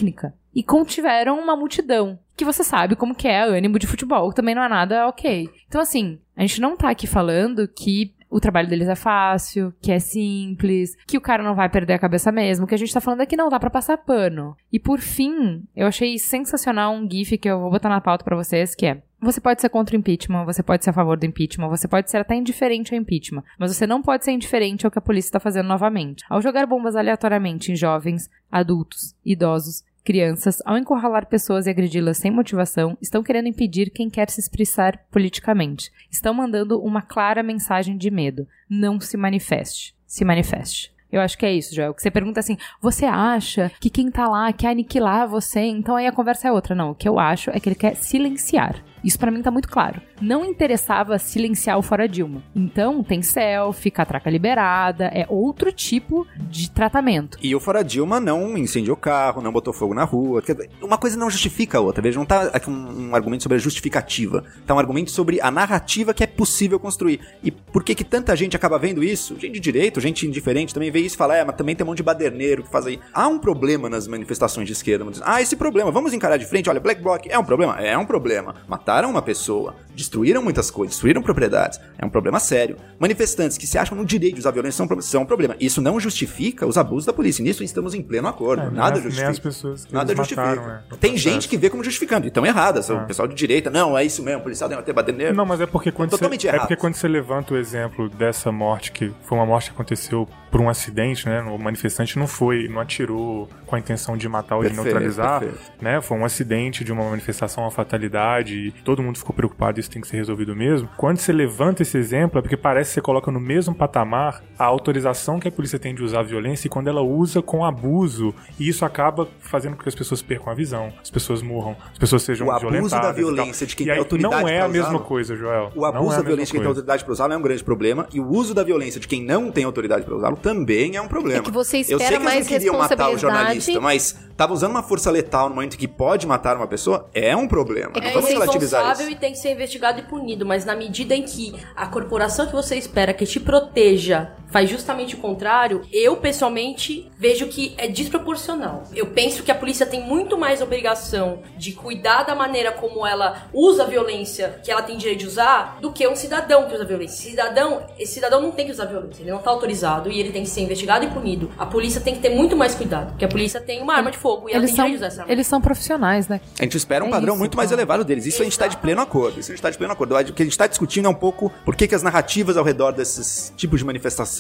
e contiveram uma multidão. Que você sabe como que é ânimo de futebol, que também não é nada ok. Então, assim, a gente não tá aqui falando que o trabalho deles é fácil, que é simples, que o cara não vai perder a cabeça mesmo, que a gente tá falando é que não dá pra passar pano. E por fim, eu achei sensacional um gif que eu vou botar na pauta pra vocês, que é: você pode ser contra o impeachment, você pode ser a favor do impeachment, você pode ser até indiferente ao impeachment, mas você não pode ser indiferente ao que a polícia está fazendo novamente. Ao jogar bombas aleatoriamente em jovens, adultos, idosos, crianças, ao encurralar pessoas e agredi-las sem motivação, estão querendo impedir quem quer se expressar politicamente. Estão mandando uma clara mensagem de medo. Não se manifeste. Se manifeste. Eu acho que é isso, Joel. Que você pergunta assim, você acha que quem tá lá quer aniquilar você? Então aí a conversa é outra. Não, o que eu acho é que ele quer silenciar. Isso pra mim tá muito claro. Não interessava silenciar o Fora Dilma. Então tem selfie, catraca liberada, é outro tipo de tratamento. E o Fora Dilma não incendiou o carro, não botou fogo na rua. Uma coisa não justifica a outra. Veja, não tá aqui um argumento sobre a justificativa. Tá um argumento sobre a narrativa que é possível construir. E por que tanta gente acaba vendo isso? Gente de direito, gente indiferente também vê isso e fala, mas também tem um monte de baderneiro que faz aí. Há um problema nas manifestações de esquerda. Esse problema, vamos encarar de frente. Olha, Black Bloc é um problema? É um problema. Mataram uma pessoa, destruíram muitas coisas, destruíram propriedades. É um problema sério. Manifestantes que se acham no direito de usar violência são um problema. Isso não justifica os abusos da polícia. Nisso estamos em pleno acordo. Nada justifica. As pessoas que nada justifica. Mataram, tem gente que vê como justificando. E estão erradas. O pessoal de direita, não, é isso mesmo. O policial tem que ter baderneiro. Não, mas é porque quando você levanta o exemplo dessa morte, que foi uma morte que aconteceu por um acidente, né? O manifestante não atirou com a intenção de matar ou de neutralizar, né? Foi um acidente de uma manifestação, uma fatalidade, e todo mundo ficou preocupado, isso tem que ser resolvido mesmo. Quando você levanta esse exemplo, é porque parece que você coloca no mesmo patamar a autorização que a polícia tem de usar a violência e quando ela usa com abuso, e isso acaba fazendo com que as pessoas percam a visão, as pessoas morram, as pessoas sejam violentadas. O abuso da violência de quem tem autoridade não é a mesma coisa, Joel. O abuso da violência de quem tem autoridade para usá-lo é um grande problema, e o uso da violência de quem não tem autoridade para usá-lo também é um problema. É que você espera mais responsabilidade. Eu sei que eles não queriam matar o jornalista, mas tava usando uma força letal no momento que pode matar uma pessoa, é um problema. É vamos relativizar isso. E tem que ser investigado e punido, mas na medida em que a corporação que você espera que te proteja faz justamente o contrário, eu pessoalmente vejo que é desproporcional. Eu penso que a polícia tem muito mais obrigação de cuidar da maneira como ela usa a violência que ela tem direito de usar do que um cidadão que usa violência. Esse cidadão não tem que usar violência, ele não tá autorizado e ele tem que ser investigado e punido. A polícia tem que ter muito mais cuidado, porque a polícia tem uma arma de fogo e ela tem direito de usar essa arma. Eles são profissionais, né? A gente espera um padrão muito mais elevado deles. Isso a gente tá de pleno acordo. O que a gente tá discutindo é um pouco por que as narrativas ao redor desses tipos de manifestação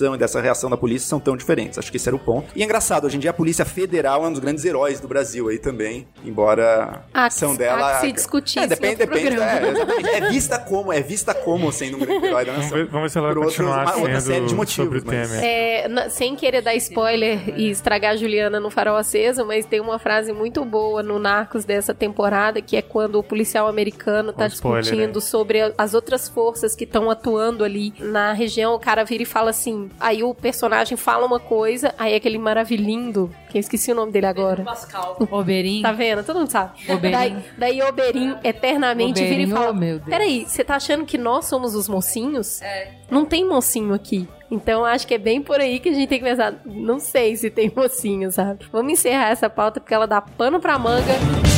investigação e dessa reação da polícia são tão diferentes. Acho que esse era o ponto. E é engraçado, hoje em dia a Polícia Federal é um dos grandes heróis do Brasil aí também, embora a ação dela... Há que se discutir depende, exatamente. É vista como sendo um grande herói da nação. Vamos ver se ela vai continuar sendo outra série de motivos, sobre o Temer. Sem querer dar spoiler e estragar a Juliana no Farol Aceso, mas tem uma frase muito boa no Narcos dessa temporada, que é quando o policial americano tá discutindo sobre as outras forças que estão atuando ali na região. O cara vira e fala assim, aí o personagem fala uma coisa, aí aquele maravilhindo, que eu esqueci o nome dele agora. Pascal. Oberyn. Tá vendo? Todo mundo sabe. Oberyn. Daí Oberyn eternamente Oberyn, vira e fala, oh, meu Deus. peraí, você tá achando que nós somos os mocinhos? Não tem mocinho aqui. Então, acho que é bem por aí que a gente tem que pensar. Não sei se tem mocinho, sabe? Vamos encerrar essa pauta porque ela dá pano pra manga.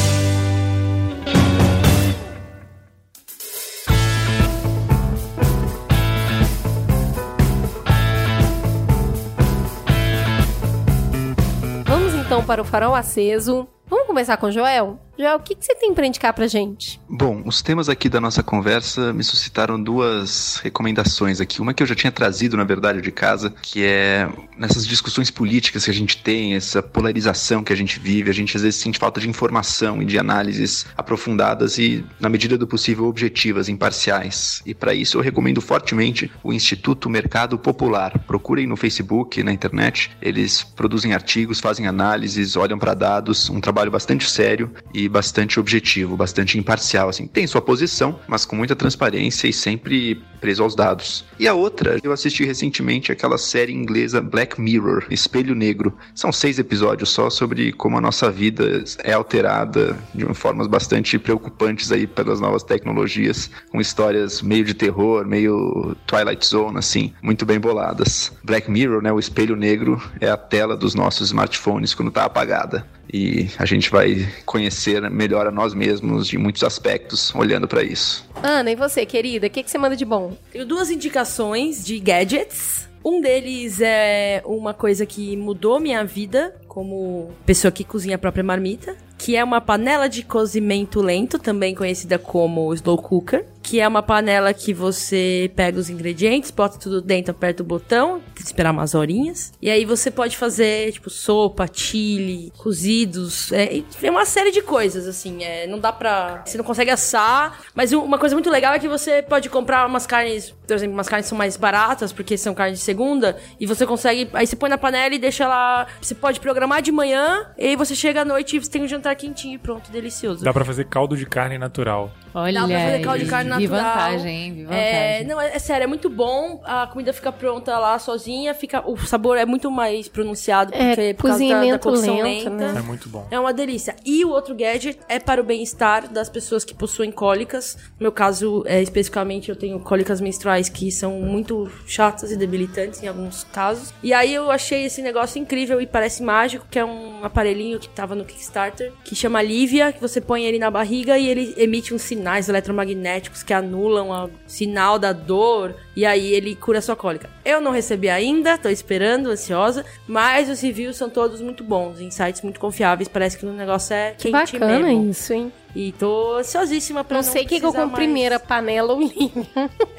Vamos então para o Farol Aceso. Vamos começar com o Joel? Joel, o que você tem pra indicar pra gente? Bom, os temas aqui da nossa conversa me suscitaram duas recomendações aqui. Uma que eu já tinha trazido, na verdade, de casa, que é nessas discussões políticas que a gente tem, essa polarização que a gente vive, a gente às vezes sente falta de informação e de análises aprofundadas e, na medida do possível, objetivas, imparciais. E para isso eu recomendo fortemente o Instituto Mercado Popular. Procurem no Facebook, na internet. Eles produzem artigos, fazem análises, olham para dados, um trabalho bastante sério e bastante objetivo, bastante imparcial, assim. Tem sua posição, mas com muita transparência e sempre preso aos dados. E a outra, eu assisti recentemente aquela série inglesa Black Mirror, Espelho Negro. São 6 episódios só sobre como a nossa vida é alterada de formas bastante preocupantes aí pelas novas tecnologias, com histórias meio de terror, meio Twilight Zone, assim, muito bem boladas. Black Mirror, né, o espelho negro, é a tela dos nossos smartphones quando tá apagada. E a gente vai conhecer melhor a nós mesmos de muitos aspectos olhando para isso. Ana, e você, querida? O que você manda de bom? Tenho 2 indicações de gadgets. Um deles é uma coisa que mudou minha vida como pessoa que cozinha a própria marmita, que é uma panela de cozimento lento, também conhecida como slow cooker, que é uma panela que você pega os ingredientes, bota tudo dentro, aperta o botão, tem que esperar umas horinhas, e aí você pode fazer, tipo, sopa, chili, cozidos, é uma série de coisas, assim, não dá pra... Você não consegue assar, mas uma coisa muito legal é que você pode comprar umas carnes, por exemplo, umas carnes são mais baratas, porque são carnes de segunda, e você consegue... Aí você põe na panela e deixa ela... Você pode programar de manhã, e aí você chega à noite e você tem um jantar quentinho e pronto, delicioso. Dá pra fazer caldo de carne natural. Olha, dá pra fazer caldo de carne natural. Vi vantagem, hein? Vi vantagem. Não, é sério, é muito bom. A comida fica pronta lá sozinha, o sabor é muito mais pronunciado porque por causa da cocção lenta. Né? É muito bom. É uma delícia. E o outro gadget é para o bem-estar das pessoas que possuem cólicas. No meu caso, especificamente, eu tenho cólicas menstruais que são muito chatas e debilitantes em alguns casos. E aí eu achei esse negócio incrível e parece mágico, que é um aparelhinho que tava no Kickstarter, que chama Livia, que você põe ele na barriga e ele emite uns sinais eletromagnéticos que anulam o sinal da dor, e aí ele cura a sua cólica. Eu não recebi ainda, tô esperando, ansiosa, mas os reviews são todos muito bons, em sites muito confiáveis, parece que o negócio é quente bacana mesmo. Isso, hein? E tô ansiosíssima pra não sei o que eu compro primeiro, a panela ou o Livia.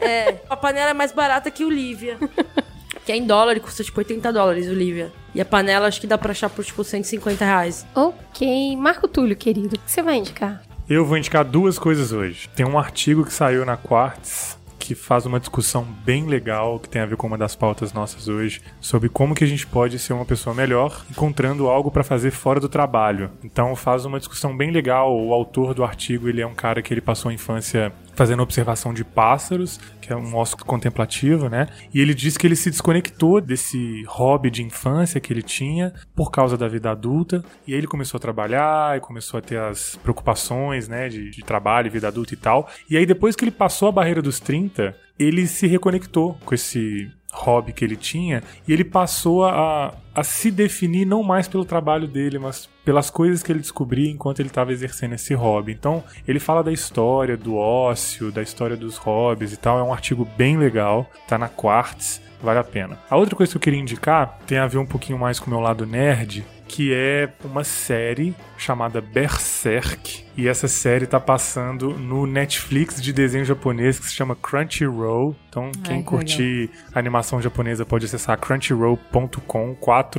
A panela é mais barata que o Livia. Que é em dólar e custa tipo $80 o Livia. E a panela acho que dá pra achar por tipo R$150. Ok. Marco Túlio, querido, o que você vai indicar? Eu vou indicar 2 coisas hoje. Tem um artigo que saiu na Quartz que faz uma discussão bem legal, que tem a ver com uma das pautas nossas hoje, sobre como que a gente pode ser uma pessoa melhor encontrando algo para fazer fora do trabalho. Então faz uma discussão bem legal. O autor do artigo, ele é um cara que ele passou a infância fazendo observação de pássaros, que é um ócio contemplativo, né? E ele diz que ele se desconectou desse hobby de infância que ele tinha por causa da vida adulta, e aí ele começou a trabalhar e começou a ter as preocupações, né, de trabalho, vida adulta e tal. E aí depois que ele passou a barreira dos 30, ele se reconectou com esse hobby que ele tinha, e ele passou a se definir não mais pelo trabalho dele, mas pelas coisas que ele descobria enquanto ele estava exercendo esse hobby. Então, ele fala da história do ócio, da história dos hobbies e tal. É um artigo bem legal, tá na Quartz, vale a pena. A outra coisa que eu queria indicar tem a ver um pouquinho mais com o meu lado nerd, que é uma série chamada Berserk. E essa série tá passando no Netflix de desenho japonês que se chama Crunchyroll. Então, quem curtir animação japonesa pode acessar crunchyroll.com,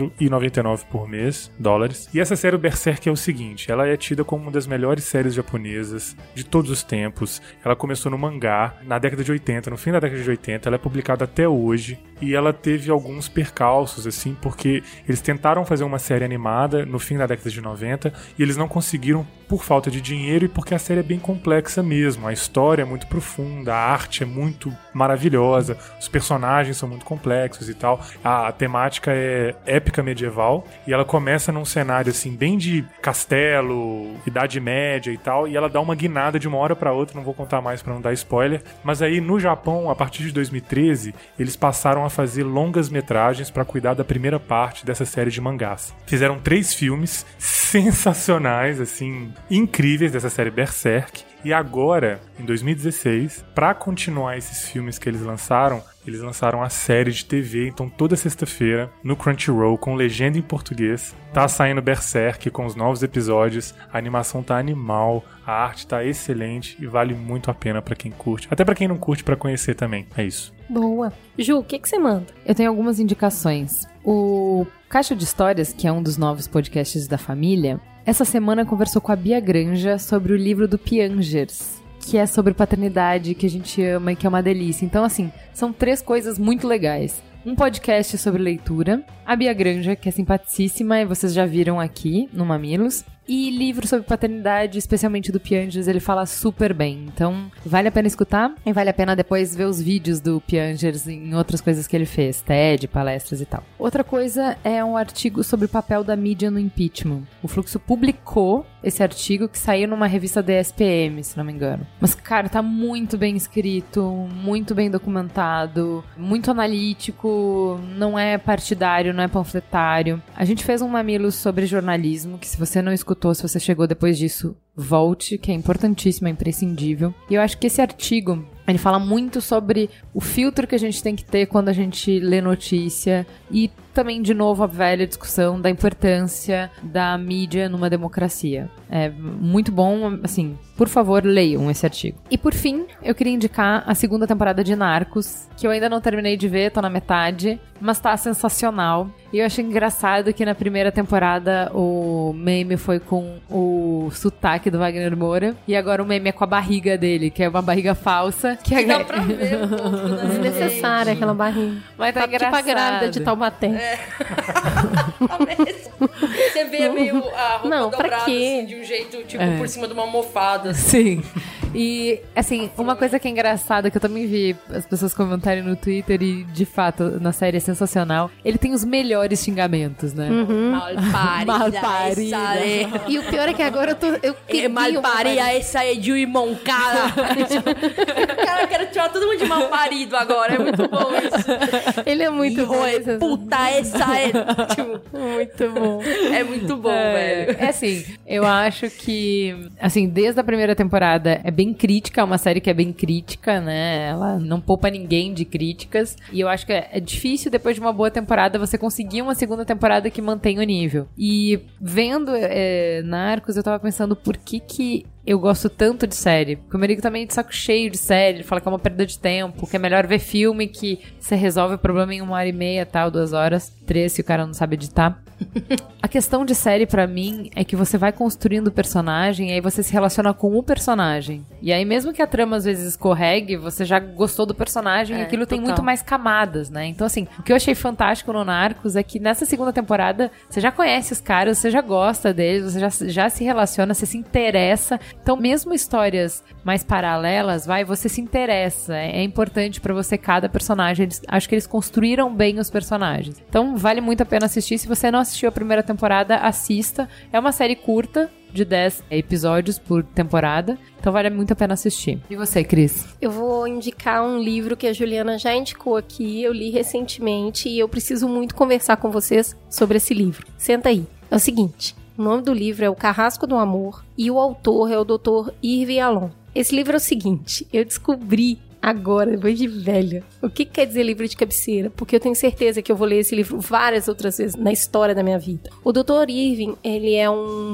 $4,99 por mês, dólares. E essa série, o Berserk, é o seguinte, ela é tida como uma das melhores séries japonesas de todos os tempos. Ela começou no mangá na década de 80, no fim da década de 80, ela é publicada até hoje, e ela teve alguns percalços, assim, porque eles tentaram fazer uma série animada no fim da década de 90, e eles não conseguiram por falta de dinheiro e porque a série é bem complexa mesmo. A história é muito profunda, a arte é muito maravilhosa, os personagens são muito complexos e tal. A temática é épica medieval e ela começa num cenário assim bem de castelo, Idade Média e tal, e ela dá uma guinada de uma hora pra outra, não vou contar mais pra não dar spoiler, mas aí no Japão, a partir de 2013, eles passaram a fazer longas metragens pra cuidar da primeira parte dessa série de mangás. Fizeram 3 filmes sensacionais, assim, incríveis dessa série Berserk. E agora, em 2016, pra continuar esses filmes que eles lançaram a série de TV. Então toda sexta-feira, no Crunchyroll, com legenda em português, tá saindo Berserk com os novos episódios. A animação tá animal, a arte tá excelente e vale muito a pena pra quem curte. Até pra quem não curte, pra conhecer também. É isso. Boa. Ju, o que você manda? Eu tenho algumas indicações. O Caixa de Histórias, que é um dos novos podcasts da família, essa semana conversou com a Bia Granja sobre o livro do Piangers, que é sobre paternidade, que a gente ama e que é uma delícia. Então, assim, são 3 coisas muito legais. Um podcast sobre leitura, a Bia Granja, que é simpaticíssima e vocês já viram aqui no Mamilos, e livro sobre paternidade, especialmente do Piangers, ele fala super bem. Então, vale a pena escutar e vale a pena depois ver os vídeos do Piangers em outras coisas que ele fez, TED, palestras e tal. Outra coisa é um artigo sobre o papel da mídia no impeachment. O Fluxo publicou esse artigo que saiu numa revista da SPM, se não me engano. Mas, cara, tá muito bem escrito, muito bem documentado, muito analítico, não é partidário, não é panfletário. A gente fez um Mamilos sobre jornalismo, que se você não escutou, se você chegou depois disso, volte, que é importantíssimo, é imprescindível. E eu acho que esse artigo, ele fala muito sobre o filtro que a gente tem que ter quando a gente lê notícia e também, de novo, a velha discussão da importância da mídia numa democracia. É muito bom, assim, por favor, leiam esse artigo. E por fim, eu queria indicar a 2ª temporada de Narcos, que eu ainda não terminei de ver, tô na metade, mas tá sensacional. E eu achei engraçado que na primeira temporada o meme foi com o sotaque do Wagner Moura, e agora o meme é com a barriga dele, que é uma barriga falsa. Que dá pra ver um pouco, né? Desnecessária aquela barriga. Mas tá tipo a grávida de Taubaté. Tá mesmo. Você vê meio a roupa Não, pra dobrada quê? assim, de um jeito, tipo, por cima de uma almofada. Sim. E, assim, uma coisa que é engraçada, que eu também vi as pessoas comentarem no Twitter, e de fato, na série é sensacional, ele tem os melhores xingamentos, né? Malparida. E o pior é que agora eu queria Malparida, essa é de Moncada. Cara, eu quero tirar todo mundo de malparido agora. É muito bom isso. Ele é muito bom. Puta, essa é. Tipo, muito bom. É muito bom, velho. É assim, eu acho que, assim, desde a primeira temporada é bem crítica, é uma série que é bem crítica, né? Ela não poupa ninguém de críticas. E eu acho que é difícil, depois de uma boa temporada, você conseguir uma 2ª temporada que mantenha o nível. E vendo Narcos, eu tava pensando por que eu gosto tanto de série. Porque o Merigo também é de saco cheio de série. Ele fala que é uma perda de tempo, que é melhor ver filme, que você resolve o problema em 1h30, tal, 2 horas, 3, se o cara não sabe editar. A questão de série, pra mim, é que você vai construindo o personagem e aí você se relaciona com o personagem. E aí, mesmo que a trama às vezes escorregue, você já gostou do personagem e aquilo tem muito mais camadas, né? Então, assim, o que eu achei fantástico no Narcos é que nessa 2ª temporada você já conhece os caras, você já gosta deles, você já se relaciona, você se interessa. Então, mesmo histórias mais paralelas, você se interessa. É importante pra você cada personagem. Acho que eles construíram bem os personagens. Então, vale muito a pena assistir. Se você não assistiu a primeira temporada, assista. É uma série curta, de 10 episódios por temporada. Então vale muito a pena assistir. E você, Cris? Eu vou indicar um livro que a Juliana já indicou aqui. Eu li recentemente e eu preciso muito conversar com vocês sobre esse livro. Senta aí. É o seguinte... O nome do livro é O Carrasco do Amor e o autor é o Dr. Irving Yalom. Esse livro é o seguinte, eu descobri agora, depois de velha, o que quer dizer livro de cabeceira, porque eu tenho certeza que eu vou ler esse livro várias outras vezes na história da minha vida. O Dr. Irving, ele é um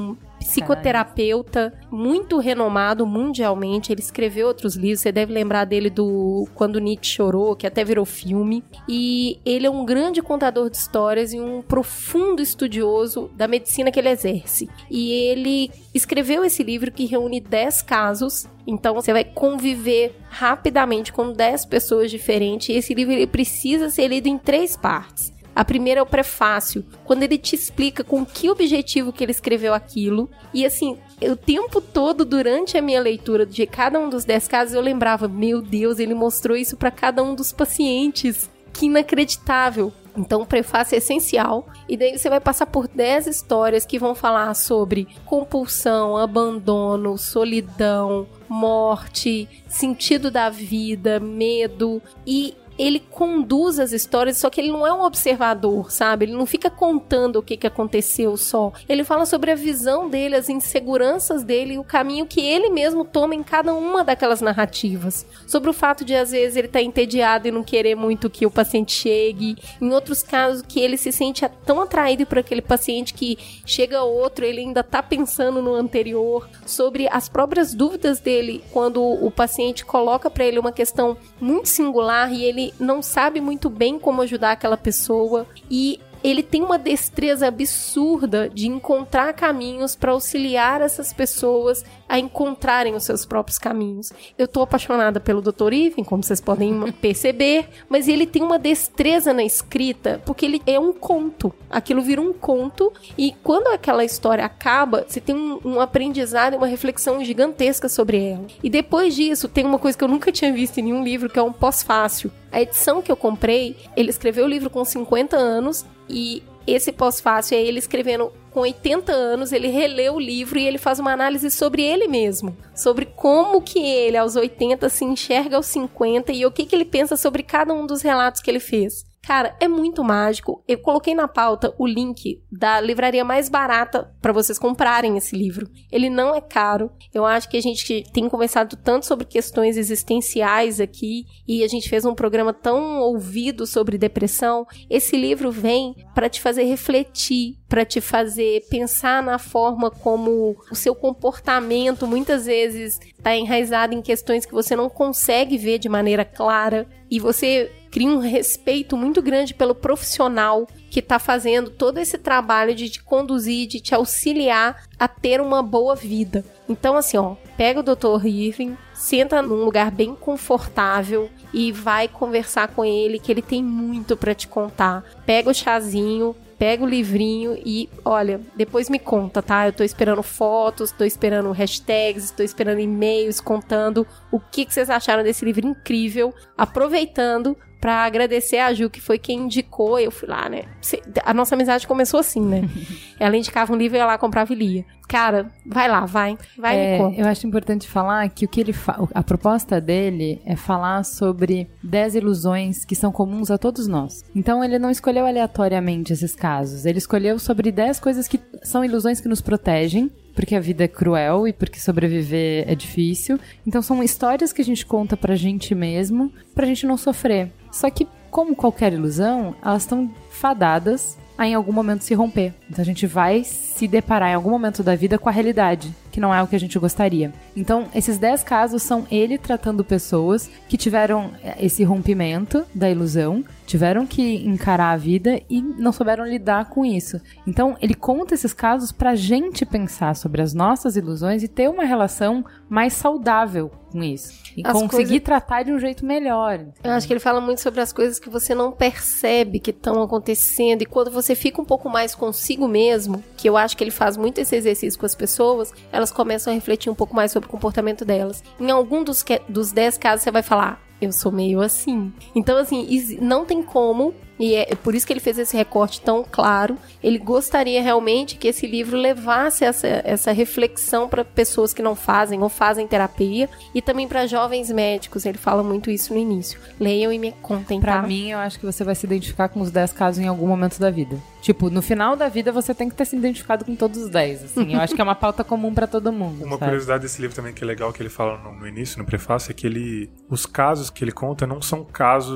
psicoterapeuta, muito renomado mundialmente. Ele escreveu outros livros, você deve lembrar dele do Quando Nietzsche Chorou, que até virou filme. E ele é um grande contador de histórias e um profundo estudioso da medicina que ele exerce. E ele escreveu esse livro que reúne 10 casos. Então você vai conviver rapidamente com 10 pessoas diferentes. E esse livro ele precisa ser lido em 3 partes. A primeira é o prefácio, quando ele te explica com que objetivo que ele escreveu aquilo. E assim, o tempo todo, durante a minha leitura de cada um dos 10 casos, eu lembrava, meu Deus, ele mostrou isso para cada um dos pacientes. Que inacreditável. Então o prefácio é essencial. E daí você vai passar por 10 histórias que vão falar sobre compulsão, abandono, solidão, morte, sentido da vida, medo. E ele conduz as histórias, só que ele não é um observador, sabe? Ele não fica contando o que aconteceu só. Ele fala sobre a visão dele, as inseguranças dele e o caminho que ele mesmo toma em cada uma daquelas narrativas. Sobre o fato de, às vezes, ele estar entediado e não querer muito que o paciente chegue. Em outros casos, que ele se sente tão atraído por aquele paciente que chega outro, ele ainda tá pensando no anterior. Sobre as próprias dúvidas dele, quando o paciente coloca para ele uma questão muito singular e ele não sabe muito bem como ajudar aquela pessoa, e ele tem uma destreza absurda de encontrar caminhos para auxiliar essas pessoas a encontrarem os seus próprios caminhos. Eu tô apaixonada pelo Dr. Ivan, como vocês podem perceber, mas ele tem uma destreza na escrita, porque ele é um conto. Aquilo vira um conto, e quando aquela história acaba, você tem um aprendizado e uma reflexão gigantesca sobre ela. E depois disso, tem uma coisa que eu nunca tinha visto em nenhum livro, que é um pós-fácil. A edição que eu comprei, ele escreveu o livro com 50 anos, e esse pós-fácil é ele escrevendo com 80 anos, ele relê o livro e ele faz uma análise sobre ele mesmo, sobre como que ele aos 80 se enxerga aos 50 e o que ele pensa sobre cada um dos relatos que ele fez. Cara, é muito mágico. Eu coloquei na pauta o link da livraria mais barata para vocês comprarem esse livro. Ele não é caro. Eu acho que a gente tem conversado tanto sobre questões existenciais aqui e a gente fez um programa tão ouvido sobre depressão. Esse livro vem para te fazer refletir, para te fazer pensar na forma como o seu comportamento muitas vezes está enraizado em questões que você não consegue ver de maneira clara e você cria um respeito muito grande pelo profissional que está fazendo todo esse trabalho de te conduzir, de te auxiliar a ter uma boa vida. Então, assim, ó, pega o Dr. Irving, senta num lugar bem confortável e vai conversar com ele, que ele tem muito para te contar. Pega o chazinho, pega o livrinho e, olha, depois me conta, tá? Eu tô esperando fotos, tô esperando hashtags, tô esperando e-mails contando o que vocês acharam desse livro incrível. Aproveitando pra agradecer a Ju, que foi quem indicou, eu fui lá, né? A nossa amizade começou assim, né? Ela indicava um livro e eu ia lá comprava e lia. Cara, vai lá, vai me conta. Eu acho importante falar que a proposta dele é falar sobre 10 ilusões que são comuns a todos nós. Então ele não escolheu aleatoriamente esses casos, ele escolheu sobre 10 coisas que são ilusões que nos protegem, porque a vida é cruel e porque sobreviver é difícil. Então são histórias que a gente conta pra gente mesmo, pra gente não sofrer. Só que, como qualquer ilusão, elas estão fadadas a em algum momento se romper. Então a gente vai se deparar em algum momento da vida com a realidade, que não é o que a gente gostaria. Então esses 10 casos são ele tratando pessoas que tiveram esse rompimento da ilusão, tiveram que encarar a vida e não souberam lidar com isso. Então ele conta esses casos pra gente pensar sobre as nossas ilusões e ter uma relação mais saudável com isso. E conseguir tratar de um jeito melhor. Eu acho que ele fala muito sobre as coisas que você não percebe que estão acontecendo. E quando você fica um pouco mais consigo mesmo, que eu acho que ele faz muito esse exercício com as pessoas, elas começam a refletir um pouco mais sobre o comportamento delas. Em algum dos 10 casos você vai falar, eu sou meio assim. Então, assim, não tem como, e é por isso que ele fez esse recorte tão claro. Ele gostaria realmente que esse livro levasse essa reflexão para pessoas que não fazem ou fazem terapia, e também para jovens médicos. Ele fala muito isso no início. Leiam e me contem, tá? Pra mim, eu acho que você vai se identificar com os 10 casos em algum momento da vida. Tipo, no final da vida você tem que ter se identificado com todos os 10, assim. Eu acho que é uma pauta comum pra todo mundo. Uma curiosidade desse livro também que é legal, que ele fala no início, no prefácio, é que os casos que ele conta não são casos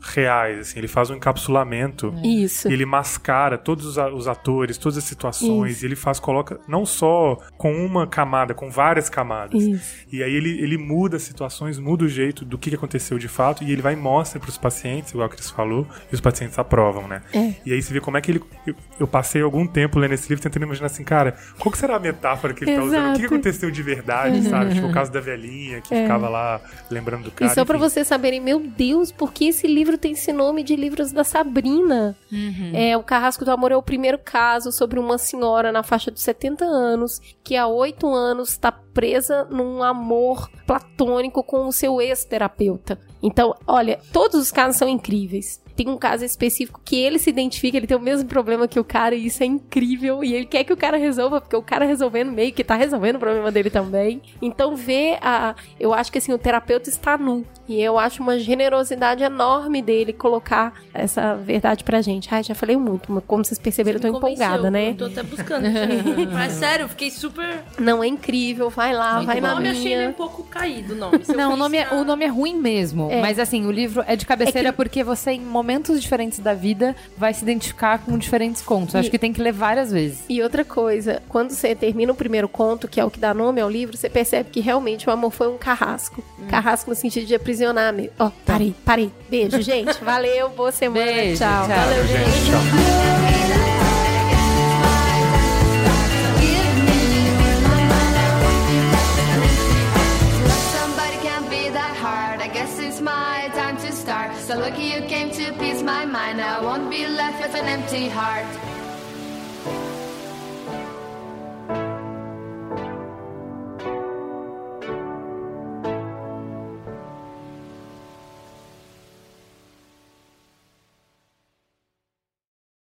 reais, assim. Ele faz um encapsulamento. Isso. E ele mascara todos os atores, todas as situações. E ele coloca não só com uma camada, com várias camadas. Isso. E aí ele muda as situações, muda o jeito do que aconteceu de fato. E ele vai e mostra pros pacientes, igual que eles falou. E os pacientes aprovam, né? E aí você vê como é que ele... Eu passei algum tempo lendo esse livro tentando imaginar assim, cara, qual que será a metáfora que ele tá usando? O que aconteceu de verdade, sabe? Tipo, o caso da velhinha que ficava lá lembrando do cara. E só pra vocês saberem, meu Deus, por que esse livro tem esse nome de livros da Sabrina? O Carrasco do Amor é o primeiro caso sobre uma senhora na faixa dos 70 anos que há 8 anos está presa num amor platônico com o seu ex-terapeuta. Então, olha, todos os casos são incríveis. Tem um caso específico que ele se identifica, ele tem o mesmo problema que o cara e isso é incrível. E ele quer que o cara resolva, porque o cara resolvendo meio que tá resolvendo o problema dele também. Então eu acho que assim, o terapeuta está nu. E eu acho uma generosidade enorme dele colocar essa verdade pra gente. Ai, já falei muito, mas como vocês perceberam, eu tô empolgada, né? Eu tô até buscando. Mas sério, eu fiquei super... Não, é incrível, vai lá, Muito vai bom. na O nome minha. achei meio um pouco caído o nome. Se eu Não, o pensar- nome é ruim mesmo. Mas assim, o livro é de cabeceira porque você, em momentos diferentes da vida, vai se identificar com diferentes contos. Acho que tem que ler várias vezes. E outra coisa, quando você termina o primeiro conto, que é o que dá nome ao livro, você percebe que realmente o amor foi um carrasco. Carrasco no sentido de aprisionar mesmo. Ó, parei. Beijo, gente. Valeu, boa semana. Beijo, tchau. tchau. Valeu, gente. Gente, tchau. Somebody can't be that hard. I guess it's my time to start. So lucky you came to peace my mind. I won't be left with an empty heart.